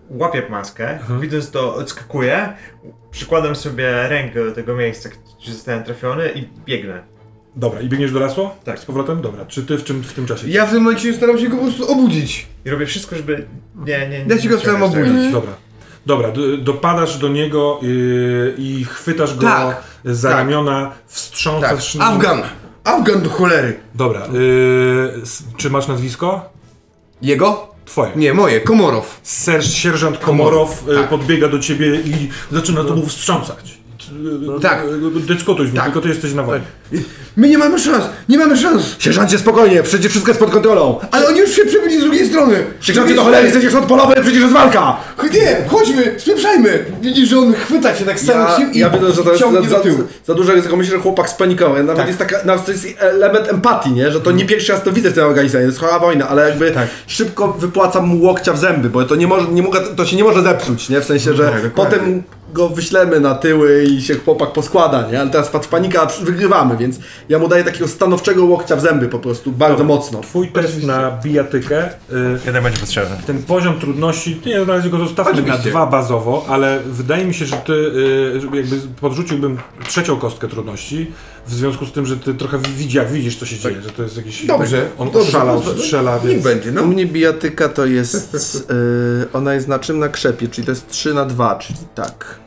B: łapię maskę,
A: Mhm.
B: widząc to odskakuję, przykładam sobie rękę do tego miejsca, gdzie zostałem trafiony i biegnę.
A: Dobra, i biegniesz do lasu?
B: Tak.
A: Z powrotem? Dobra. Czy ty w, czym, w tym czasie?
D: Ja w tym momencie staram się go po prostu obudzić.
B: I robię wszystko, żeby... Nie, nie, nie.
D: Ja ci go
B: nie
D: chciałem
B: ściągać
D: obudzić.
B: tego.
A: Dobra. Dobra, d- dopadasz do niego yy, i chwytasz go
D: Tak,
A: za
D: tak.
A: ramiona,
D: Tak,
A: wstrząsasz nim.
D: Afgan! Afgan do cholery!
A: Dobra, yy, s- czy masz nazwisko?
D: Jego?
A: Twoje.
D: Nie, moje, Komorow.
A: Ser, sierżant Komorow yy,
D: tak.
A: podbiega do ciebie i zaczyna to mu wstrząsać. Yy,
D: Tak.
A: yy, Dyskutuj z nim,
D: Tak.
A: tylko ty jesteś na wojnie.
D: My nie mamy szans, nie mamy szans!
E: Sierżancie, spokojnie, przecież wszystko jest pod kontrolą.
D: Ale oni już się przebyli z drugiej strony!
E: Sierżancie, do cholery, jesteście szot polowy, przecież jest walka!
D: Nie, chodźmy, spieprzajmy! Widzisz, że on chwyta się tak z całych
E: Ja,
D: sił i
E: ja widzę, że to jest
D: ciągnie
E: za,
D: do
E: za,
D: tyłu.
E: za dużo ryzyko. Myślę, że chłopak spanikował. Nawet
D: Tak.
E: jest taka, nawet to jest element empatii, nie? Że to nie pierwszy raz to widzę w tym Afganistanie, to jest chora wojna, ale jakby
D: Tak.
E: szybko wypłacam mu łokcia w zęby, bo to nie może, nie mogę, to się nie może zepsuć, nie? W sensie, że
D: Tak, dokładnie.
E: potem go wyślemy na tyły i się chłopak poskłada, nie? Ale teraz wpadł w panikę, a wygrywamy, więc ja mu daję takiego stanowczego łokcia w zęby po prostu, bardzo mocno.
A: Twój test na bijatykę. Yy,
B: Jeden będzie potrzebny.
A: ten poziom trudności, nie, na razie go zostawmy
D: Oczywiście.
A: na dwa bazowo, ale wydaje mi się, że ty yy, żeby jakby podrzuciłbym trzecią kostkę trudności, w związku z tym, że ty trochę widzi, jak widzisz, co się dzieje, że to jest jakiś...
D: Dobrze,
A: On
D: dobrze,
A: oszalał,
D: dobrze.
A: strzela,
D: Niech
A: więc...
D: będzie, no.
E: U mnie bijatyka to jest, yy, ona jest na czym? Na krzepie, czyli to jest trzy na dwa, czyli tak.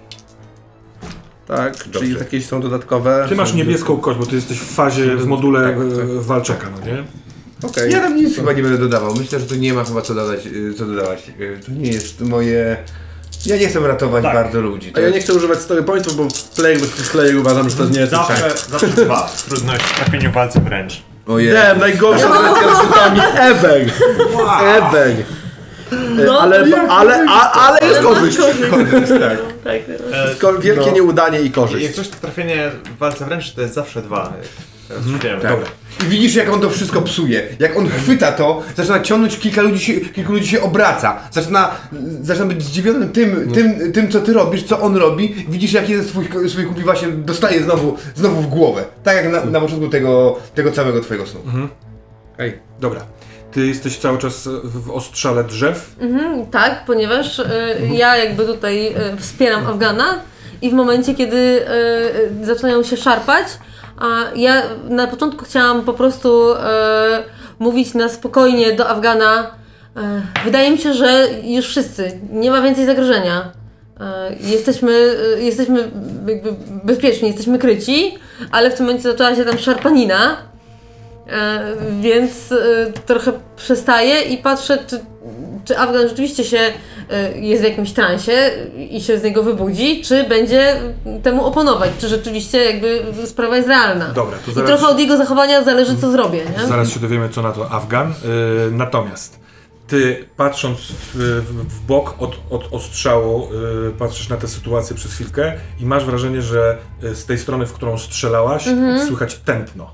E: Tak, czyli jakieś są dodatkowe.
A: Ty masz niebieską kość, bo ty jesteś w fazie, w module
E: Tak, tak.
A: e, walczaka, no nie?
E: Okej.
D: Ja tam nic chyba nie będę dodawał. Myślę, że tu nie ma chyba co dodać, y, co dodawać. Y, To nie jest moje... Ja nie chcę ratować
B: Tak.
D: bardzo ludzi.
E: A
D: To
E: ja
D: jest-
E: nie chcę używać story pointów, bo w player w player uważam, że to nie jest
B: Zawsze, zawsze dwa. Trudność w trafieniu palcem wręcz.
D: Ojej.
E: Nie, najgorsza wersja z rzutami ever! Ever!
C: No,
E: ale, ale, a, ale jest
C: Ale masz
E: korzyść.
C: korzyść.
D: Tak.
C: Tak,
B: E,
E: Ko- Wielkie
B: no.
E: nieudanie i
B: Jak
E: korzyść.
B: coś to trafienie w walce wręcz to jest zawsze dwa. Teraz już wiemy.
D: Tak. I widzisz, jak on to wszystko psuje. Jak on chwyta to, zaczyna ciągnąć, kilka ludzi się, kilku ludzi się obraca. Zaczyna, zaczyna być zdziwiony tym, tym, tym, co ty robisz, co on robi. Widzisz, jak jeden z twoich, swoich kumpli właśnie dostaje znowu, znowu w głowę. Tak jak na, na początku tego, tego całego twojego snu.
A: Ej, dobra. Ty jesteś cały czas w w ostrzale drzew.
C: Mhm, tak, ponieważ y, ja jakby tutaj y, wspieram Afgana i w momencie, kiedy y, y, zaczynają się szarpać, a ja na początku chciałam po prostu y, mówić na spokojnie do Afgana. Y, wydaje mi się, że już wszyscy, nie ma więcej zagrożenia. Y, jesteśmy, y, jesteśmy jakby bezpieczni, jesteśmy kryci, ale w tym momencie zaczęła się tam szarpanina. E, więc e, trochę przestaję i patrzę, czy, czy Afgan rzeczywiście się e, jest w jakimś transie i się z niego wybudzi, czy będzie temu oponować, czy rzeczywiście jakby sprawa jest realna.
A: Dobra, to
C: I
A: zaraz-
C: trochę od jego zachowania zależy, co zrobię, nie?
A: Zaraz się dowiemy, co na to Afgan. Yy, natomiast ty, patrząc w, w, w bok od, od ostrzału, yy, patrzysz na tę sytuację przez chwilkę i masz wrażenie, że yy, z tej strony, w którą strzelałaś, słychać tętno.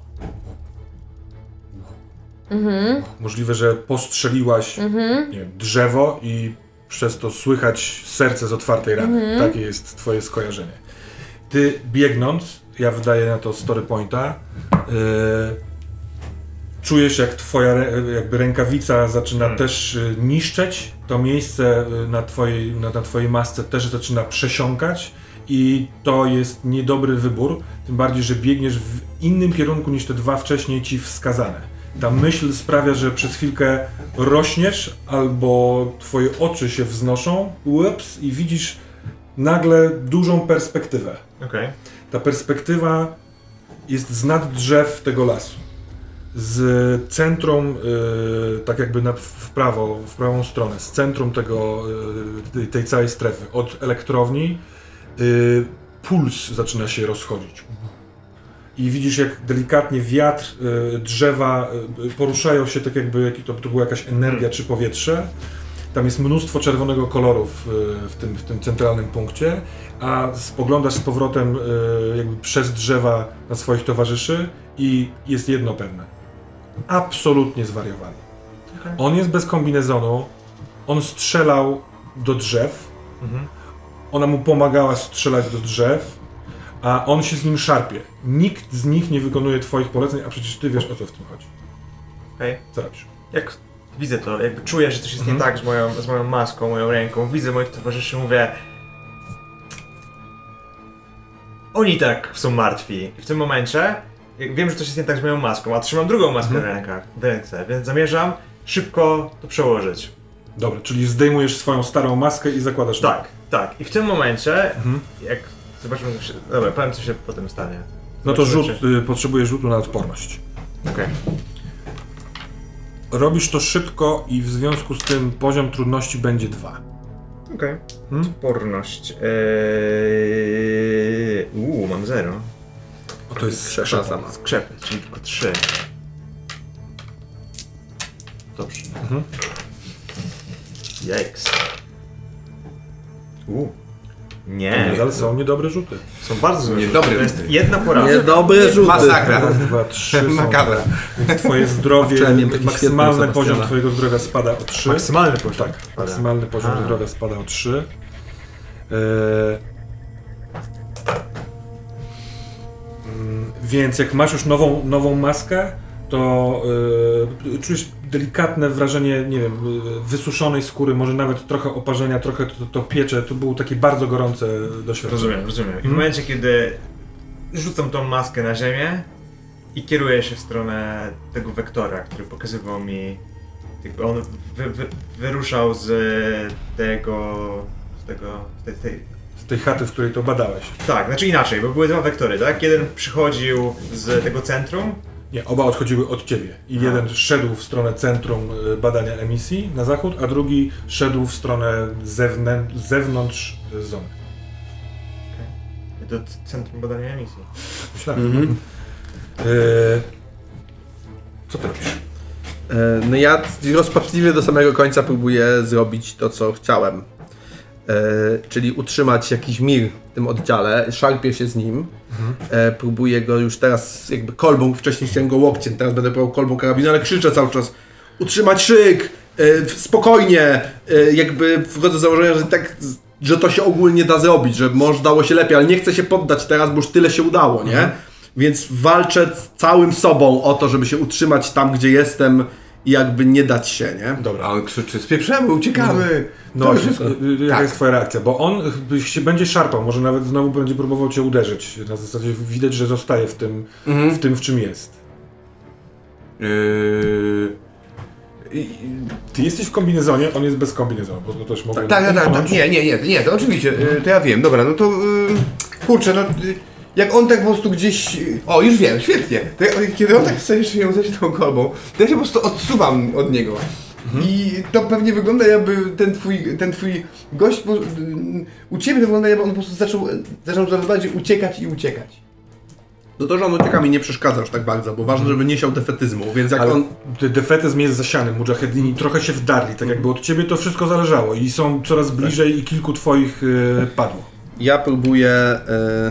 A: Możliwe, że postrzeliłaś nie wiem, drzewo i przez to słychać serce z otwartej rany. Takie jest twoje skojarzenie. Ty biegnąc, ja wydaję na to story pointa, yy, czujesz jak twoja rę- jakby rękawica zaczyna też y, niszczeć, to miejsce y, na twojej, na, na twojej masce też zaczyna przesiąkać i to jest niedobry wybór, tym bardziej, że biegniesz w innym kierunku niż te dwa wcześniej ci wskazane. Ta myśl sprawia, że przez chwilkę rośniesz albo twoje oczy się wznoszą, ups, i widzisz nagle dużą perspektywę.
B: Okej.
A: Ta perspektywa jest z nad drzew tego lasu. Z centrum, y, tak jakby na, w prawo, w prawą stronę, z centrum tego, y, tej, tej całej strefy, od elektrowni, y, puls zaczyna się rozchodzić. I widzisz, jak delikatnie wiatr, y, drzewa y, poruszają się, tak jakby to, to była jakaś energia czy powietrze. Tam jest mnóstwo czerwonego koloru w, w, tym, w tym centralnym punkcie, a spoglądasz z powrotem y, jakby przez drzewa na swoich towarzyszy i jest jedno pewne. Absolutnie zwariowany. On jest bez kombinezonu, on strzelał do drzew, ona mu pomagała strzelać do drzew, a on się z nim szarpie. Nikt z nich nie wykonuje twoich poleceń, a przecież ty wiesz, o co w tym chodzi.
B: Okej.
A: Co robisz?
B: Jak widzę to, jakby czuję, że coś jest
A: Mhm.
B: nie tak z moją, z moją maską, moją ręką, widzę moich towarzyszy, mówię... Oni tak są martwi. I w tym momencie jak wiem, że coś jest nie tak z moją maską, a trzymam drugą maskę
A: Mhm.
B: w rękach, w ręce, więc zamierzam szybko to przełożyć.
A: Dobra, czyli zdejmujesz swoją starą maskę i zakładasz nową.
B: Tak, tak. I w tym momencie,
A: Mhm.
B: jak zobaczymy, co się... Dobra, powiem, co się potem stanie.
A: No to
B: Zobaczymy,
A: rzut, y, potrzebujesz rzutu na odporność.
B: czy- Okej.
A: Robisz to szybko i w związku z tym poziom trudności będzie dwa.
B: Okej.
A: Hmm?
B: Odporność. Eee... Uuu, mam zero.
A: O, to jest
E: Krzepa
A: skrzepa.
E: sama.
B: Skrzepy, czyli tylko trzy. Dobrze.
A: Mhm.
B: Yikes. Uuu.
A: To
B: Nie.
A: nadal są niedobre rzuty.
B: Są bardzo złe.
D: Niedobre
B: To jest
D: rzuty.
B: jedna porażka.
E: Niedobre rzuty.
D: Masakra.
A: Raz, dwa, trzy są.
D: Makabra.
A: Więc twoje zdrowie,
E: Wczoraj miałem taki
A: maksymalny
E: świetny
A: poziom
E: Sebastiana.
A: twojego zdrowia spada o trzy.
B: Maksymalny poziom.
A: Tak, maksymalny poziom
B: A.
A: zdrowia spada o trzy. E... Mm, Więc jak masz już nową, nową maskę, to e, czujesz delikatne wrażenie, nie wiem, e, wysuszonej skóry, może nawet trochę oparzenia, trochę to, to piecze. To było takie bardzo gorące doświadczenie.
B: Rozumiem, rozumiem. I w
A: Mhm.
B: momencie, kiedy rzucam tą maskę na ziemię i kieruję się w stronę tego wektora, który pokazywał mi, jakby on wy, wy, wyruszał z tego, z tego, z tej, tej,
A: Z tej chaty, w której to badałeś.
B: tak, znaczy inaczej, bo były dwa wektory, tak? Jeden przychodził z tego centrum,
A: Nie, oba odchodziły od ciebie. I
B: Aha.
A: jeden szedł w stronę centrum y, badania emisji na zachód, a drugi szedł w stronę zewnę- zewnątrz y, zony.
B: do centrum badania emisji.
A: Myślałem.
E: Mhm.
A: Y, co ty robisz?
E: E, No ja rozpaczliwie do samego końca próbuję zrobić to, co chciałem. E, czyli utrzymać jakiś mir w tym oddziale, szarpię się z nim, e, próbuję go już teraz jakby kolbą, wcześniej chciałem go łokciem, teraz będę próbował kolbą karabinu, ale krzyczę cały czas: utrzymać szyk, e, spokojnie, e, jakby wchodzę z założenia, że tak, że to się ogólnie da zrobić, że może dało się lepiej, ale nie chcę się poddać teraz, bo już tyle się udało, nie?
A: Mhm.
E: Więc walczę z całym sobą o to, żeby się utrzymać tam, gdzie jestem i jakby nie dać się, nie?
A: Dobra.
D: A on krzyczy: spieprzemy, uciekamy!
A: No,
D: To
A: y,
D: już jest...
A: y, y, jaka
D: tak.
A: jest twoja reakcja? Bo on y, się będzie szarpał, może nawet znowu będzie próbował cię uderzyć. Na zasadzie widać, że zostaje w tym, w, tym w czym jest.
D: Yy... i- i-
A: Ty jesteś w kombinezonie, on jest bez kombinezonu, bo to też mogło...
D: Tak, tak, tak, tak. Nie, nie, nie, nie, to oczywiście, y, to ja wiem, dobra, no to y, kurczę, no y, jak on tak po prostu gdzieś, y, o już wiem, świetnie, to ja, kiedy on tak chce jeszcze ją zejść tą kolbą, to ja się po prostu odsuwam od niego i to pewnie wygląda, jakby ten twój, ten twój gość, po, y, u ciebie to wygląda, jakby on po prostu zaczął, zaczął coraz bardziej uciekać i uciekać.
E: No to, że on ucieka mi nie przeszkadza już tak bardzo, bo ważne, żeby nie siał defetyzmu, więc jak
A: Ale
E: on...
A: de- defetyzm jest zasiany, mudżahedini trochę się wdarli, tak jakby od ciebie to wszystko zależało i są coraz bliżej i kilku twoich y, padło.
E: Ja próbuję... E,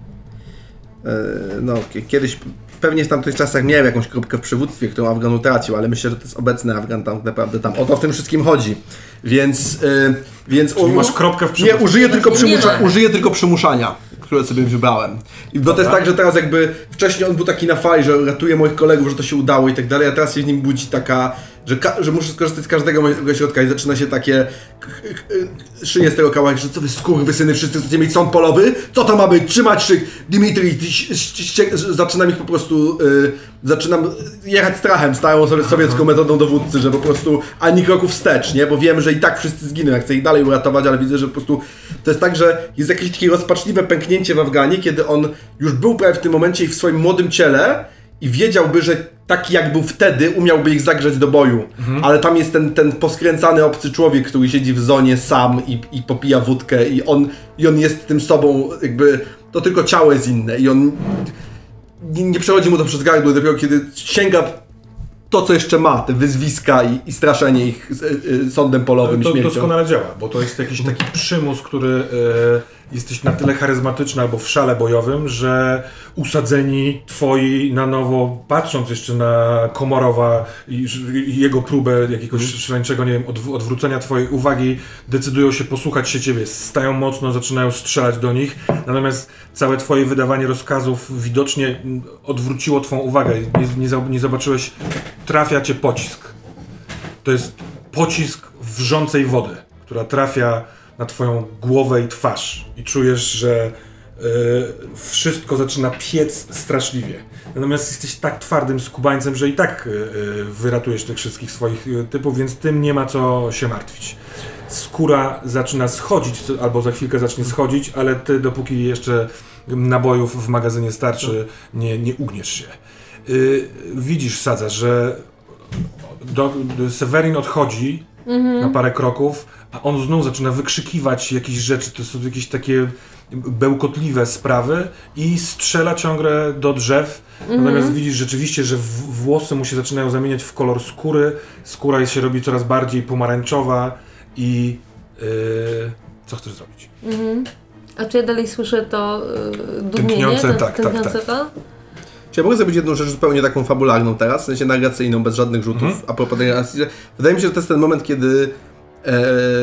E: e, no, k- kiedyś, pewnie w tamtych czasach miałem jakąś kropkę w przywództwie, którą Afgan utracił, ale myślę, że to jest obecny Afgan tam naprawdę tam. O to w tym wszystkim chodzi. Więc... E, więc
A: Czyli masz kropkę w
E: Nie,
A: przywództwie.
E: użyję tylko,
C: Nie
E: przymusza,
C: ma.
E: użyję tylko przymuszania, które sobie wybrałem. I bo to jest tak, że teraz jakby wcześniej on był taki na fali, że ratuje moich kolegów, że to się udało i tak dalej, a teraz się w nim budzi taka, że, ka- że muszę skorzystać z każdego mojego środka i zaczyna się takie k- k- szynie z tego kawałek, że co wy skurwysyny wszyscy chcecie mieć sąd polowy? Co to ma być? Trzymać szyk! Dimitri, ty ś- ś- ś- zaczynam ich po prostu, y, zaczynam jechać strachem, starą sobie sowiecką metodą dowódcy, że po prostu ani kroku wstecz, nie? Bo wiem, że i tak wszyscy zginą, ja chcę ich dalej uratować, ale widzę, że po prostu to jest tak, że jest jakieś takie rozpaczliwe pęknięcie w Afganie, kiedy on już był prawie w tym momencie i w swoim młodym ciele i wiedziałby, że taki jak był wtedy, umiałby ich zagrzać do boju. Ale tam jest ten, ten poskręcany obcy człowiek, który siedzi w zonie sam i, i popija wódkę i on, i on jest tym sobą, jakby to tylko ciało jest inne i on nie, nie przechodzi mu to przez gardło, dopiero kiedy sięga to, co jeszcze ma, te wyzwiska i, i straszenie ich y, y, sądem polowym,
A: To
E: śmiercią.
A: doskonale działa, bo to jest jakiś taki przymus, który e, jesteś na tyle charyzmatyczny albo w szale bojowym, że usadzeni twoi na nowo, patrząc jeszcze na Komorowa i, i jego próbę jakiegoś szaleńczego, nie wiem, odw- odwrócenia twojej uwagi, decydują się posłuchać się ciebie, stają mocno, zaczynają strzelać do nich, natomiast całe twoje wydawanie rozkazów widocznie mm, odwróciło twą uwagę, nie, nie, za- nie zobaczyłeś, trafia cię pocisk. To jest pocisk wrzącej wody, która trafia na twoją głowę i twarz i czujesz, że y, wszystko zaczyna piec straszliwie. Natomiast jesteś tak twardym skubańcem, że i tak y, y, wyratujesz tych wszystkich swoich y, typów, więc tym nie ma co się martwić. Skóra zaczyna schodzić, albo za chwilkę zacznie schodzić, ale ty dopóki jeszcze nabojów w magazynie starczy, nie, nie ugniesz się. Yy, widzisz, Sadza, że do, do Severin odchodzi mm-hmm. na parę kroków, a on znów zaczyna wykrzykiwać jakieś rzeczy, to są jakieś takie bełkotliwe sprawy i strzela ciągle do drzew. Mm-hmm. Natomiast widzisz rzeczywiście, że w, włosy mu się zaczynają zamieniać w kolor skóry, skóra się robi coraz bardziej pomarańczowa i yy, co chcesz zrobić?
C: Mm-hmm. A czy ja dalej słyszę to yy, dumienie?
A: Tętniące,
C: to,
A: tak,
C: tętniące
A: tak, tak.
C: To?
E: Czy ja mogę zrobić jedną rzecz zupełnie taką fabularną teraz, w sensie narracyjną, bez żadnych rzutów, mhm. a propos tej narracji, że wydaje mi się, że to jest ten moment, kiedy e,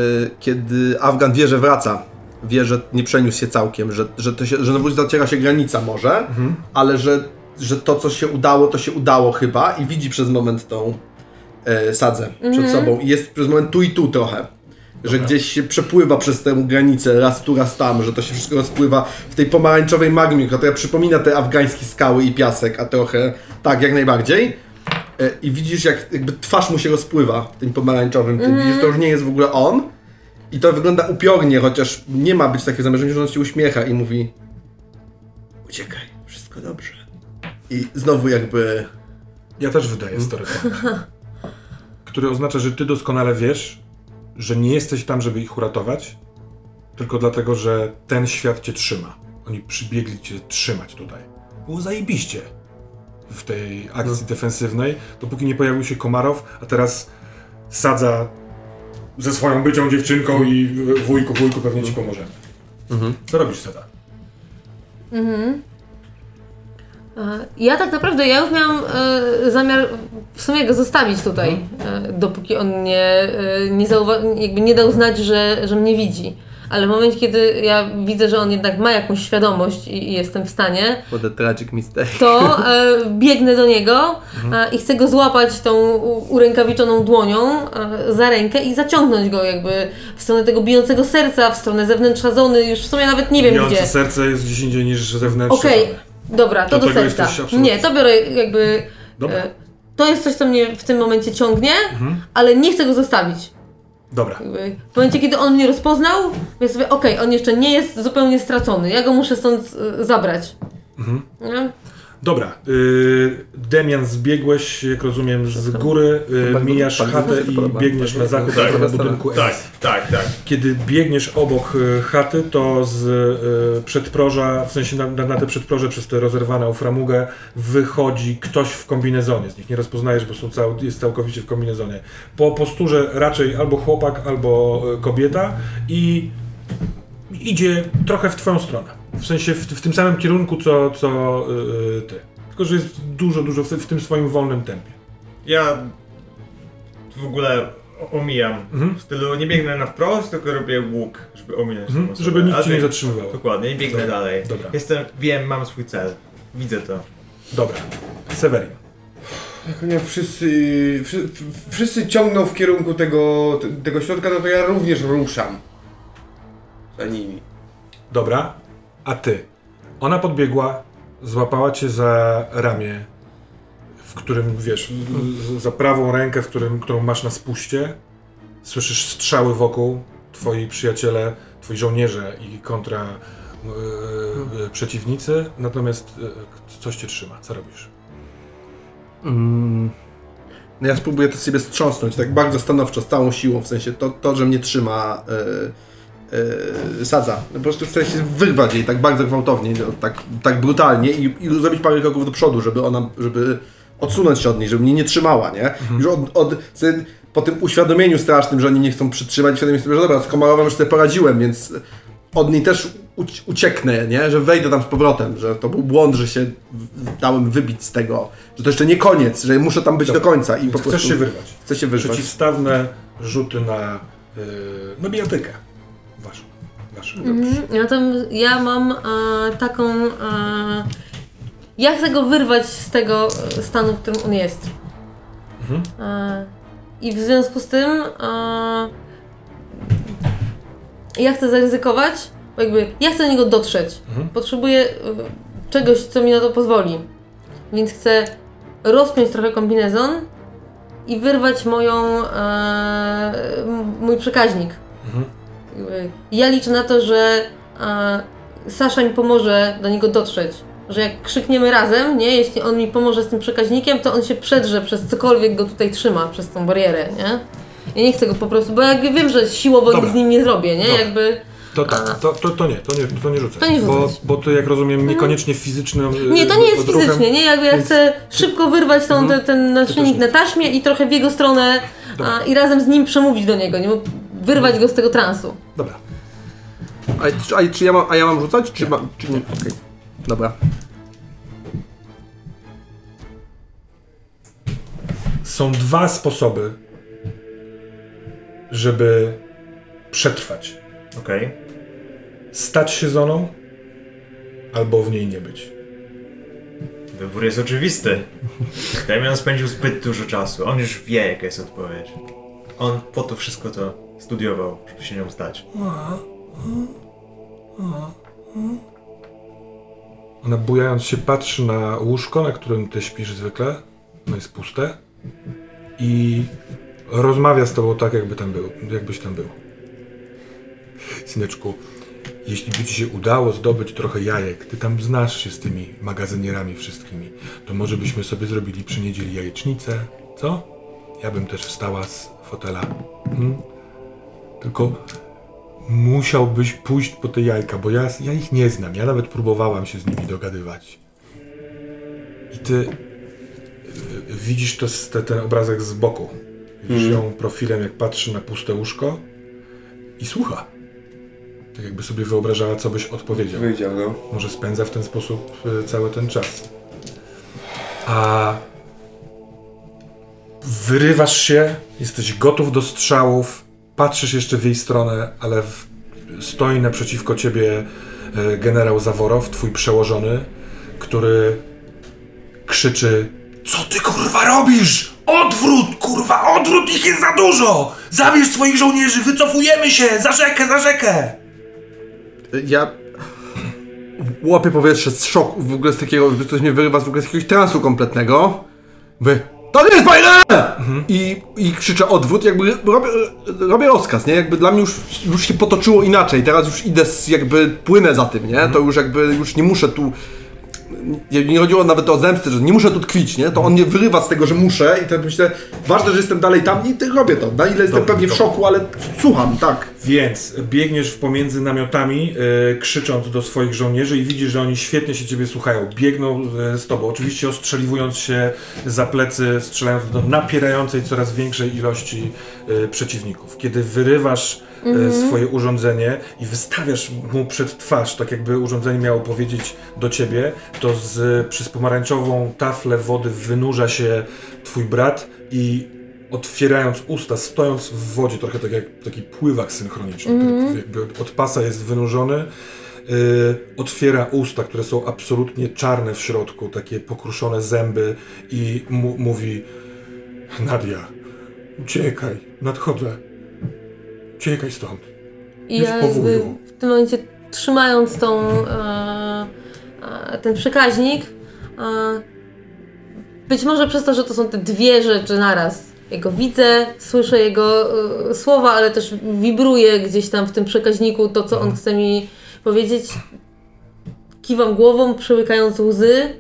E: kiedy Afgan wie, że wraca, wie, że nie przeniósł się całkiem, że, że, to się, że znowu zaciera się granica może, mhm. ale że, że to, co się udało, to się udało chyba i widzi przez moment tą e, Sadzę mhm. przed sobą i jest przez moment tu i tu trochę. Że Dobra. Gdzieś się przepływa przez tę granicę, raz tu, raz tam, że to się wszystko rozpływa w tej pomarańczowej magmie, która przypomina te afgańskie skały i piasek, a trochę tak, jak najbardziej. I widzisz, jak jakby twarz mu się rozpływa w tym pomarańczowym, ty mm. widzisz, to już nie jest w ogóle on. I to wygląda upiornie, chociaż nie ma być takie zamierzenie, że on się uśmiecha i mówi: uciekaj, wszystko dobrze. I znowu jakby...
A: Ja też wydaję storytelling, który oznacza, że ty doskonale wiesz, że nie jesteś tam, żeby ich uratować, tylko dlatego, że ten świat cię trzyma. Oni przybiegli cię trzymać tutaj. Było zajebiście w tej akcji no. defensywnej, dopóki nie pojawił się Komarow, a teraz Sadza ze swoją bycią dziewczynką i wujku, wujku pewnie ci pomożemy. Mhm. Co robisz, Sadza?
C: Mhm. Ja tak naprawdę, ja już miałam e, zamiar w sumie go zostawić tutaj, e, dopóki on nie, e, nie, zauwa- jakby nie dał znać, że, że mnie widzi. Ale w momencie, kiedy ja widzę, że on jednak ma jakąś świadomość i, i jestem w stanie,
E: What a tragic mistake.
C: to e, biegnę do niego e, i chcę go złapać tą urękawiczoną dłonią e, za rękę i zaciągnąć go jakby w stronę tego bijącego serca, w stronę zewnętrza zony, już w sumie nawet nie wiem
A: Bijące
C: gdzie.
A: serce jest gdzieś indziej niż zewnętrzne.
C: Okej. Okay. Dobra, to do, do serca. Nie, to biorę jakby...
A: Dobra.
C: E, to jest coś, co mnie w tym momencie ciągnie, mhm. ale nie chcę go zostawić.
A: Dobra.
C: Jakby w momencie, kiedy on mnie rozpoznał, myślę sobie, okej, okay, on jeszcze nie jest zupełnie stracony, ja go muszę stąd e, zabrać. Mhm. Nie?
A: Dobra. Y, Demian, zbiegłeś, jak rozumiem, z góry, y, mijasz chatę i biegniesz na zachód tak, na budynku S.
B: Tak, tak, tak.
A: Kiedy biegniesz obok y, chaty, to z y, przedproża, w sensie na, na, na te przedproże przez tę rozerwaną framugę wychodzi ktoś w kombinezonie. Z nich nie rozpoznajesz, bo są cał, jest całkowicie w kombinezonie. Po posturze raczej albo chłopak, albo y, kobieta i idzie trochę w twoją stronę. W sensie w, w tym samym kierunku, co, co yy, ty. Tylko, że jest dużo, dużo w, w tym swoim wolnym tempie.
B: Ja w ogóle omijam. Mhm. W stylu nie biegnę na wprost, tylko robię łuk, żeby ominąć mhm. tą osobę.
A: Żeby nic cię nie zatrzymywało.
B: Dokładnie, i biegnę
A: Dobra.
B: dalej.
A: Dobra.
B: Jestem, wiem, mam swój cel. Widzę to.
A: Dobra. Severin.
D: Jak nie wszyscy, wszyscy, wszyscy ciągną w kierunku tego, tego środka, no to ja również ruszam za nimi.
A: Dobra. A ty? Ona podbiegła, złapała cię za ramię, w którym, wiesz, za prawą rękę, w którym, którą masz na spuście. Słyszysz strzały wokół, twoi przyjaciele, twoi żołnierze i kontra yy, przeciwnicy, natomiast yy, coś cię trzyma. Co robisz?
E: Mm. No ja spróbuję to sobie strząsnąć, tak bardzo stanowczo, z całą siłą, w sensie to, to że mnie trzyma yy, yy, Sadza. No po prostu chcę się wyrwać jej tak bardzo gwałtownie, tak, tak brutalnie i, i zrobić parę kroków do przodu, żeby ona, żeby odsunąć się od niej, żeby mnie nie trzymała, nie? Mhm. Już od, od, sobie, po tym uświadomieniu strasznym, że oni nie chcą przytrzymać, świadomie sobie, że dobra, z Komarowem już sobie poradziłem, więc od niej też ucieknę, nie? Że wejdę tam z powrotem, że to był błąd, że się dałem wybić z tego, że to jeszcze nie koniec, że muszę tam być dobra. Do końca i po
A: chcesz
E: prostu...
A: się wyrwać.
E: Chcę się wyrwać.
A: Przeciwstawne rzuty na, yy, na bijatykę. Waszą. Waszą.
C: Mm, ja, tam, ja mam e, taką... E, ja chcę go wyrwać z tego stanu, w którym on jest. Mhm. E, i w związku z tym e, ja chcę zaryzykować, bo jakby ja chcę do niego dotrzeć. Mhm. Potrzebuję e, czegoś, co mi na to pozwoli. Więc chcę rozpiąć trochę kombinezon i wyrwać moją, e, mój przekaźnik. Mhm. Ja liczę na to, że e, Sasza mi pomoże do niego dotrzeć. Że jak krzykniemy razem, nie, jeśli on mi pomoże z tym przekaźnikiem, to on się przedrze przez cokolwiek go tutaj trzyma, przez tą barierę, nie? Ja nie chcę go po prostu, bo jak wiem, że siłowo nic z nim nie zrobię, nie? Dobra. Jakby...
A: To tak,
C: a...
A: to, to, to nie, to nie, to nie rzucaj.
C: To nie
A: bo, bo to jak rozumiem niekoniecznie fizycznym
C: Nie, to nie jest
A: odruchem,
C: fizycznie, nie? Jakby ja
A: więc...
C: chcę szybko wyrwać tą,
A: mhm.
C: ten, ten naszyjnik na taśmie i trochę w jego stronę a, i razem z nim przemówić do niego, nie? Wyrwać go z tego transu.
A: Dobra.
E: A, a, czy ja mam, a ja mam rzucać, czy, ma, czy nie? Okej, okay. Dobra.
A: Są dwa sposoby, żeby przetrwać.
B: Okej. Okay.
A: Stać się zoną, albo w niej nie być.
B: Wybór jest oczywisty. Damian spędził zbyt dużo czasu. On już wie, jaka jest odpowiedź. On po to wszystko to studiował, żeby się nią stać.
A: Ona bujając się patrzy na łóżko, na którym ty śpisz zwykle. Ono jest puste. I rozmawia z tobą tak, jakby tam był, jakbyś tam był. Syneczku, jeśli by ci się udało zdobyć trochę jajek, ty tam znasz się z tymi magazynierami wszystkimi, to może byśmy sobie zrobili przy niedzieli jajecznicę, co? Ja bym też wstała z fotela. Hmm? Tylko musiałbyś pójść po te jajka, bo ja, ja ich nie znam. Ja nawet próbowałam się z nimi dogadywać. I ty widzisz to, te, ten obrazek z boku. Widzisz mm. ją profilem, jak patrzy na puste łóżko i słucha. Tak jakby sobie wyobrażała, co byś odpowiedział.
D: Wiedział, no.
A: Może spędza w ten sposób y, cały ten czas. A wyrywasz się, jesteś gotów do strzałów, patrzysz jeszcze w jej stronę, ale w, stoi naprzeciwko ciebie y, generał Zaworow, twój przełożony, który krzyczy: co ty kurwa robisz? Odwrót, kurwa, odwrót, ich jest za dużo! Zabierz swoich żołnierzy, wycofujemy się, za rzekę, za rzekę!
E: Ja łapię powietrze z szoku, w ogóle z takiego, że coś mnie wyrywa z w ogóle z jakiegoś transu kompletnego. Wy, to nie jest fajne! Mhm. I, I krzyczę odwrót, jakby robię, robię rozkaz, nie? Jakby dla mnie już, już się potoczyło inaczej, teraz już idę, z, jakby płynę za tym, nie? Mhm. To już jakby, już nie muszę tu... Nie chodziło nawet o zemstę, że nie muszę tu tkwić, nie? To on mnie wyrywa z tego, że muszę i tak myślę, ważne, że jestem dalej tam i robię to. Na ile jestem dobra, pewnie dobra. w szoku, ale słucham, tak.
A: Więc biegniesz w pomiędzy namiotami, yy, krzycząc do swoich żołnierzy i widzisz, że oni świetnie się ciebie słuchają. Biegną yy, z tobą, oczywiście ostrzeliwując się za plecy, strzelając do napierającej coraz większej ilości yy, przeciwników. Kiedy wyrywasz mm-hmm. swoje urządzenie i wystawiasz mu przed twarz, tak jakby urządzenie miało powiedzieć do ciebie, to z, przez pomarańczową taflę wody wynurza się twój brat i otwierając usta, stojąc w wodzie, trochę tak jak taki pływak synchroniczny, mm-hmm. jakby od pasa jest wynurzony, yy, otwiera usta, które są absolutnie czarne w środku, takie pokruszone zęby i mu- mówi: Nadia, uciekaj, nadchodzę. Uciekaj stąd.
C: I ja jakby w tym momencie, trzymając tą, e, e, ten przekaźnik, e, być może przez to, że to są te dwie rzeczy naraz. Ja go widzę, słyszę jego e, słowa, ale też wibruje gdzieś tam w tym przekaźniku to, co on chce mi powiedzieć. Kiwam głową, przełykając łzy e,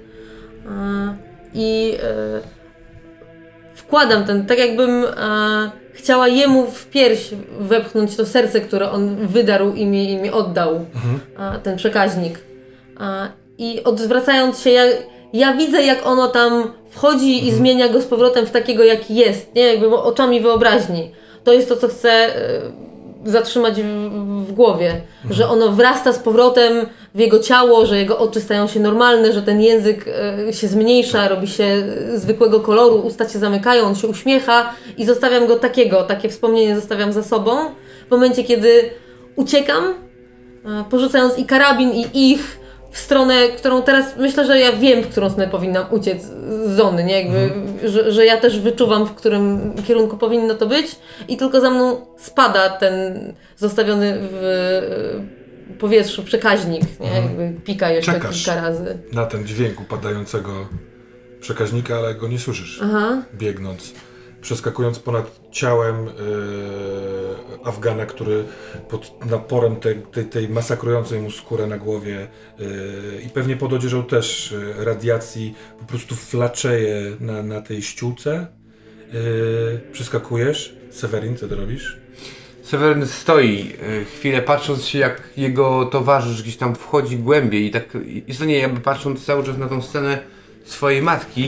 C: i e, wkładam ten, tak jakbym e, chciała jemu w pierś wepchnąć to serce, które on wydarł i mi, i mi oddał, mhm. a, ten przekaźnik. A, I odwracając się, ja, ja widzę, jak ono tam wchodzi mhm. i zmienia go z powrotem w takiego, jaki jest, nie? Jakby oczami wyobraźni. To jest to, co chcę y, zatrzymać w, w głowie, mhm. że ono wrasta z powrotem w jego ciało, że jego oczy stają się normalne, że ten język y, się zmniejsza, robi się y, zwykłego koloru, usta się zamykają, on się uśmiecha i zostawiam go takiego, takie wspomnienie zostawiam za sobą. W momencie, kiedy uciekam, y, porzucając i karabin, i ich, w stronę, którą teraz myślę, że ja wiem, w którą stronę powinnam uciec z zony, nie? Jakby, mhm. że, że ja też wyczuwam, w którym kierunku powinno to być i tylko za mną spada ten zostawiony w powietrzu przekaźnik, nie?
A: Mhm.
C: Jakby pika jeszcze
A: Czekasz
C: kilka razy.
A: na ten dźwięk upadającego przekaźnika, ale go nie słyszysz,
C: Aha.
A: biegnąc. Przeskakując ponad ciałem yy, Afgana, który pod naporem tej, tej, tej masakrującej mu skórę na głowie yy, i pewnie pod odzieżą też yy, radiacji po prostu flaczeje na, na tej ściółce. Yy, przeskakujesz. Seweryn, co ty robisz?
D: Seweryn stoi yy, chwilę, patrząc się, jak jego towarzysz gdzieś tam wchodzi głębiej i tak istotnie jakby patrząc cały czas na tą scenę swojej matki.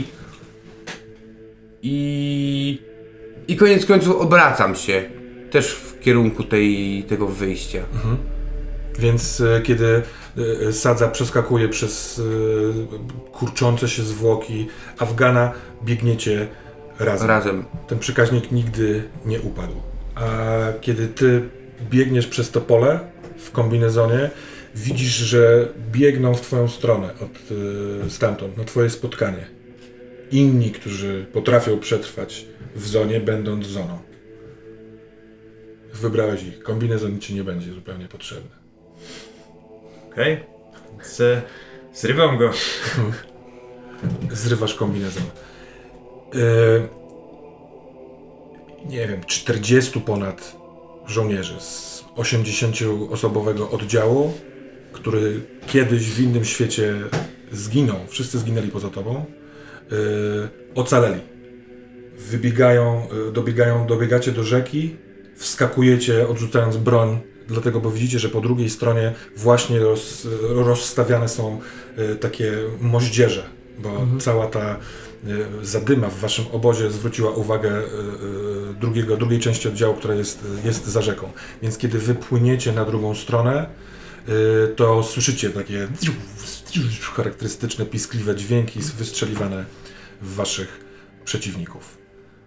D: I, I koniec końców obracam się też w kierunku tej, tego wyjścia.
A: Mhm. Więc y, kiedy y, Sadza przeskakuje przez y, kurczące się zwłoki Afgana, biegniecie razem.
D: Razem.
A: Ten przekaźnik nigdy nie upadł. A kiedy ty biegniesz przez to pole w kombinezonie, widzisz, że biegną w twoją stronę od y, stamtąd, na twoje spotkanie. Inni, którzy potrafią przetrwać w zonie, będąc zoną. Wybrałeś ich. Kombinezon ci nie będzie zupełnie potrzebny.
B: Okej. Okay. Z... Zrywam go.
A: Zrywasz kombinezon. Yy, nie wiem, czterdziestu ponad żołnierzy z osiemdziesięcioosobowego oddziału, który kiedyś w innym świecie zginął. Wszyscy zginęli poza tobą. Yy, ocaleli. Wybiegają, yy, dobiegają, dobiegacie do rzeki, wskakujecie odrzucając broń, dlatego, bo widzicie, że po drugiej stronie właśnie roz, rozstawiane są yy, takie moździerze, bo mhm. cała ta yy, zadyma w waszym obozie zwróciła uwagę yy, drugiego, drugiej części oddziału, która jest, jest za rzeką. Więc kiedy wy płyniecie na drugą stronę, yy, to słyszycie takie charakterystyczne, piskliwe dźwięki wystrzeliwane w waszych przeciwników.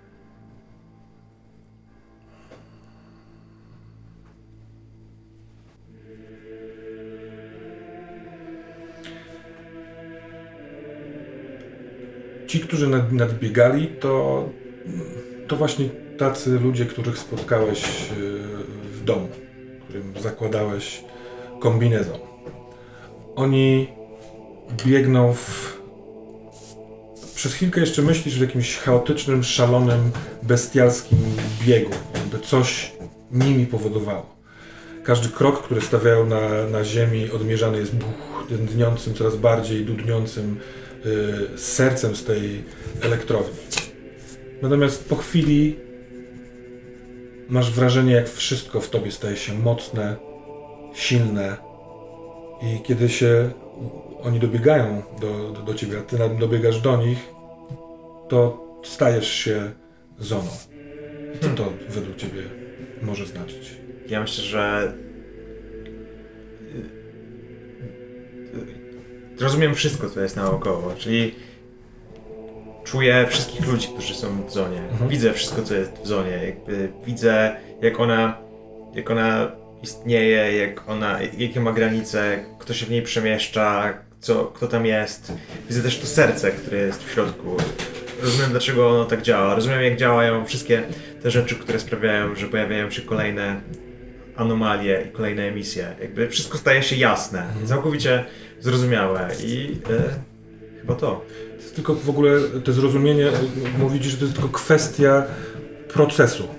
A: Ci, którzy nad, nadbiegali, to, to właśnie tacy ludzie, których spotkałeś w domu, którym zakładałeś kombinezon. Oni biegną w... Przez chwilkę jeszcze myślisz w jakimś chaotycznym, szalonym, bestialskim biegu. Jakby coś nimi powodowało. Każdy krok, który stawiają na, na ziemi, odmierzany jest buch, dędniącym coraz bardziej, dudniącym y, sercem z tej elektrowni. Natomiast po chwili masz wrażenie, jak wszystko w tobie staje się mocne, silne i kiedy się oni dobiegają do, do, do ciebie, a ty dobiegasz do nich, to stajesz się zoną. Co to według ciebie może znaczyć?
B: Ja myślę, że rozumiem wszystko, co jest naokoło, czyli czuję wszystkich ludzi, którzy są w zonie. Mhm. Widzę wszystko, co jest w zonie. Jakby widzę, jak ona, jak ona istnieje, jak ona, jakie ma granice, kto się w niej przemieszcza, co, kto tam jest. Widzę też to serce, które jest w środku. Rozumiem, dlaczego ono tak działa. Rozumiem, jak działają wszystkie te rzeczy, które sprawiają, że pojawiają się kolejne anomalie i kolejne emisje. Jakby wszystko staje się jasne, mhm. całkowicie zrozumiałe i e, chyba to.
A: To jest tylko w ogóle to zrozumienie, mówi ci, że to jest tylko kwestia procesu.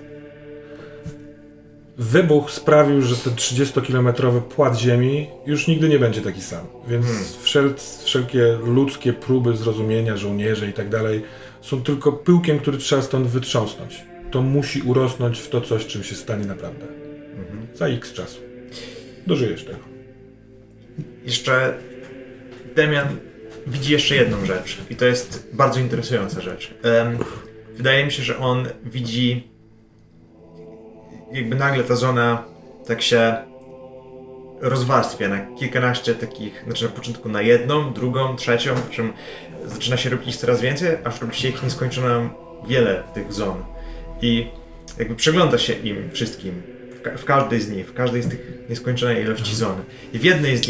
A: Wybuch sprawił, że ten trzydziestokilometrowy płat ziemi już nigdy nie będzie taki sam. Więc hmm. wszel, wszelkie ludzkie próby zrozumienia żołnierzy i tak dalej są tylko pyłkiem, który trzeba stąd wytrząsnąć. To musi urosnąć w to coś, czym się stanie naprawdę. Mhm. Za X czasu. Dożyjesz tego.
B: Jeszcze Demian widzi jeszcze jedną rzecz i to jest bardzo interesująca rzecz. Um, wydaje mi się, że on widzi jakby nagle ta zona tak się rozwarstwia na kilkanaście takich, znaczy na początku na jedną, drugą, trzecią, po czym zaczyna się robić coraz więcej, aż robi się ich nieskończone wiele tych zon. I jakby przygląda się im wszystkim, w, ka- w każdej z nich, w każdej z tych nieskończonej ilości zon. I w jednej z nich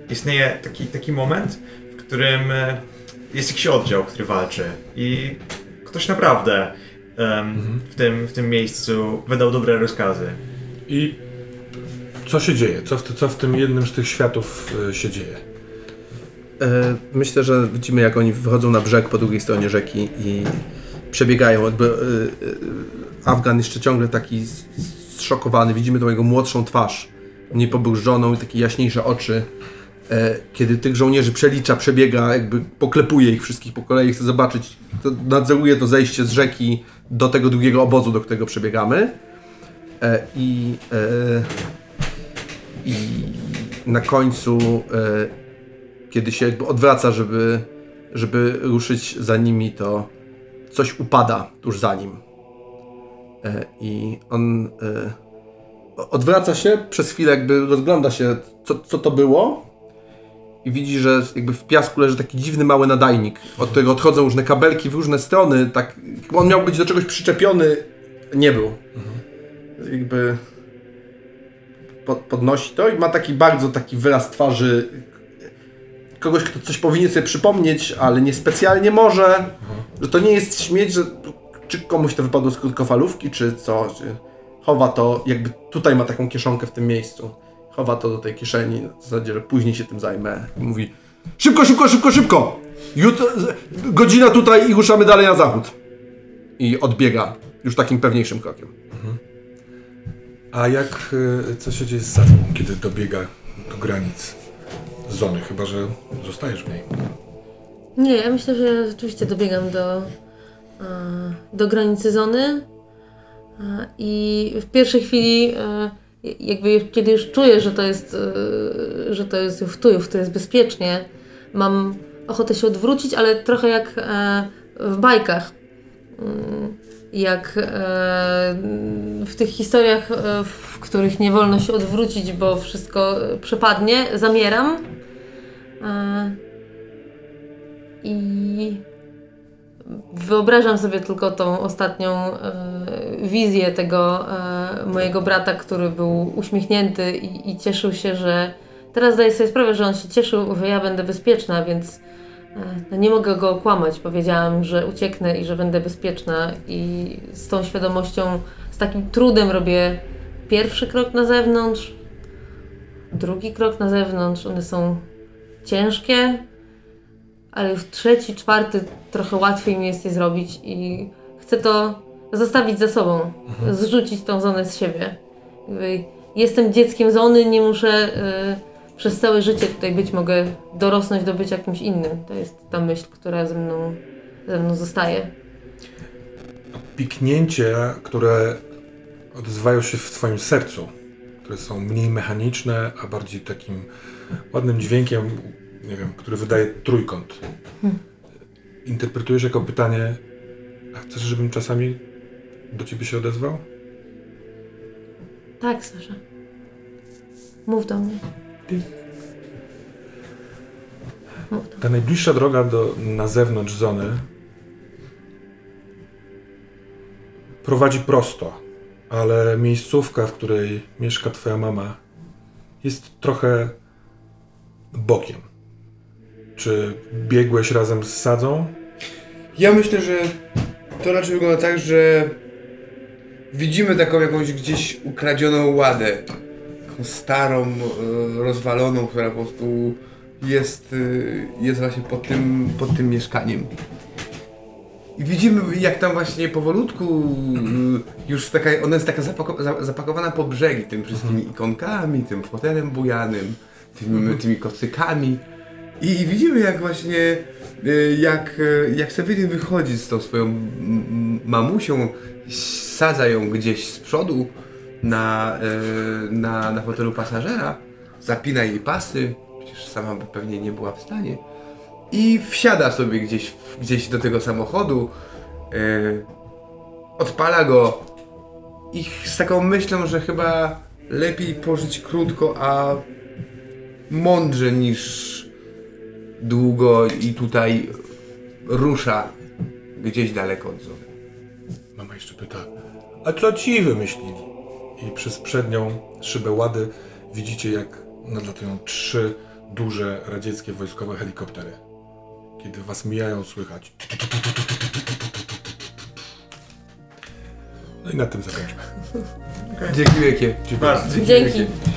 B: istnieje taki, taki moment, w którym e, jest jakiś oddział, który walczy i ktoś naprawdę um, mhm. w, tym, w tym miejscu wydał dobre rozkazy.
A: I co się dzieje? Co w, co w tym jednym z tych światów y, się dzieje?
E: E, myślę, że widzimy, jak oni wychodzą na brzeg po drugiej stronie rzeki i przebiegają. Jakby, y, y, Afgan jeszcze ciągle taki zszokowany. Widzimy tą jego młodszą twarz, mniej poburzzoną i takie jaśniejsze oczy. E, kiedy tych żołnierzy przelicza, przebiega, jakby poklepuje ich wszystkich po kolei, chce zobaczyć, to nadzoruje to zejście z rzeki do tego drugiego obozu, do którego przebiegamy. E, I e, i na końcu, e, kiedy się jakby odwraca, żeby, żeby ruszyć za nimi, to coś upada tuż za nim. E, I on e, odwraca się, przez chwilę jakby rozgląda się, co, co to było, i widzi, że jakby w piasku leży taki dziwny mały nadajnik, od którego odchodzą różne kabelki w różne strony, tak on miał być do czegoś przyczepiony, nie był. Mhm. Jakby podnosi to i ma taki bardzo taki wyraz twarzy kogoś, kto coś powinien sobie przypomnieć, ale niespecjalnie może, mhm. że to nie jest śmieć, że czy komuś to wypadło z krótkofalówki, czy co, czy chowa to, jakby tutaj ma taką kieszonkę w tym miejscu, chowa to do tej kieszeni, na zasadzie, że później się tym zajmę i mówi: szybko, szybko, szybko, szybko, jutro, godzina tutaj i ruszamy dalej na zachód. I odbiega już takim pewniejszym krokiem. Mhm.
A: A jak, co się dzieje z Sadzą, kiedy dobiega do granic zony, chyba że zostajesz w niej?
C: Nie, ja myślę, że rzeczywiście dobiegam do, do granicy zony i w pierwszej chwili, jakby kiedy już czuję, że to jest, że to jest w tuju, w którym jest bezpiecznie, mam ochotę się odwrócić, ale trochę jak w bajkach. Jak e, w tych historiach, e, w których nie wolno się odwrócić, bo wszystko przepadnie, zamieram. E, I wyobrażam sobie tylko tą ostatnią e, wizję tego e, mojego brata, który był uśmiechnięty i, i cieszył się, że teraz zdaję sobie sprawę, że on się cieszył, że ja będę bezpieczna, więc no nie mogę go okłamać. Powiedziałam, że ucieknę i że będę bezpieczna i z tą świadomością, z takim trudem robię pierwszy krok na zewnątrz, drugi krok na zewnątrz. One są ciężkie, ale już trzeci, czwarty trochę łatwiej mi jest je zrobić i chcę to zostawić za sobą, mhm. zrzucić tą zonę z siebie. Jestem dzieckiem zony, nie muszę... Yy, przez całe życie tutaj być, mogę dorosnąć do bycia kimś innym. To jest ta myśl, która ze mną, ze mną zostaje.
A: Piknięcia, które odzywają się w twoim sercu, które są mniej mechaniczne, a bardziej takim ładnym dźwiękiem, nie wiem, który wydaje trójkąt. Hmm. Interpretujesz jako pytanie: a chcesz, żebym czasami do ciebie się odezwał?
C: Tak, Sasza. Mów do mnie.
A: Ta najbliższa droga do, na zewnątrz zony prowadzi prosto, ale miejscówka, w której mieszka twoja mama, jest trochę bokiem. Czy biegłeś razem z Sadzą?
D: Ja myślę, że to raczej wygląda tak, że widzimy taką jakąś gdzieś ukradzioną ładę. Taką starą, rozwaloną, która po prostu jest, jest właśnie pod tym, pod tym mieszkaniem. I widzimy, jak tam właśnie powolutku już taka, ona jest taka zapako- zapakowana po brzegi tym wszystkimi ikonkami, tym fotelem bujanym, tymi, tymi kocykami. I widzimy, jak właśnie jak, jak Seweryn wychodzi z tą swoją mamusią, sadza ją gdzieś z przodu na, na, na fotelu pasażera, zapina jej pasy, przecież sama by pewnie nie była w stanie, i wsiada sobie gdzieś, gdzieś do tego samochodu, yy, odpala go i z taką myślą, że chyba lepiej pożyć krótko, a mądrze niż długo, i tutaj rusza gdzieś daleko od zony.
A: Mama jeszcze pyta: a co ci wymyślili? I przez przednią szybę łady widzicie, jak nadlatują trzy duże radzieckie wojskowe helikoptery. Kiedy was mijają, słychać. No i na tym zakończmy.
D: Dzięki wielkie.
B: Bardzo.
C: Dzięki.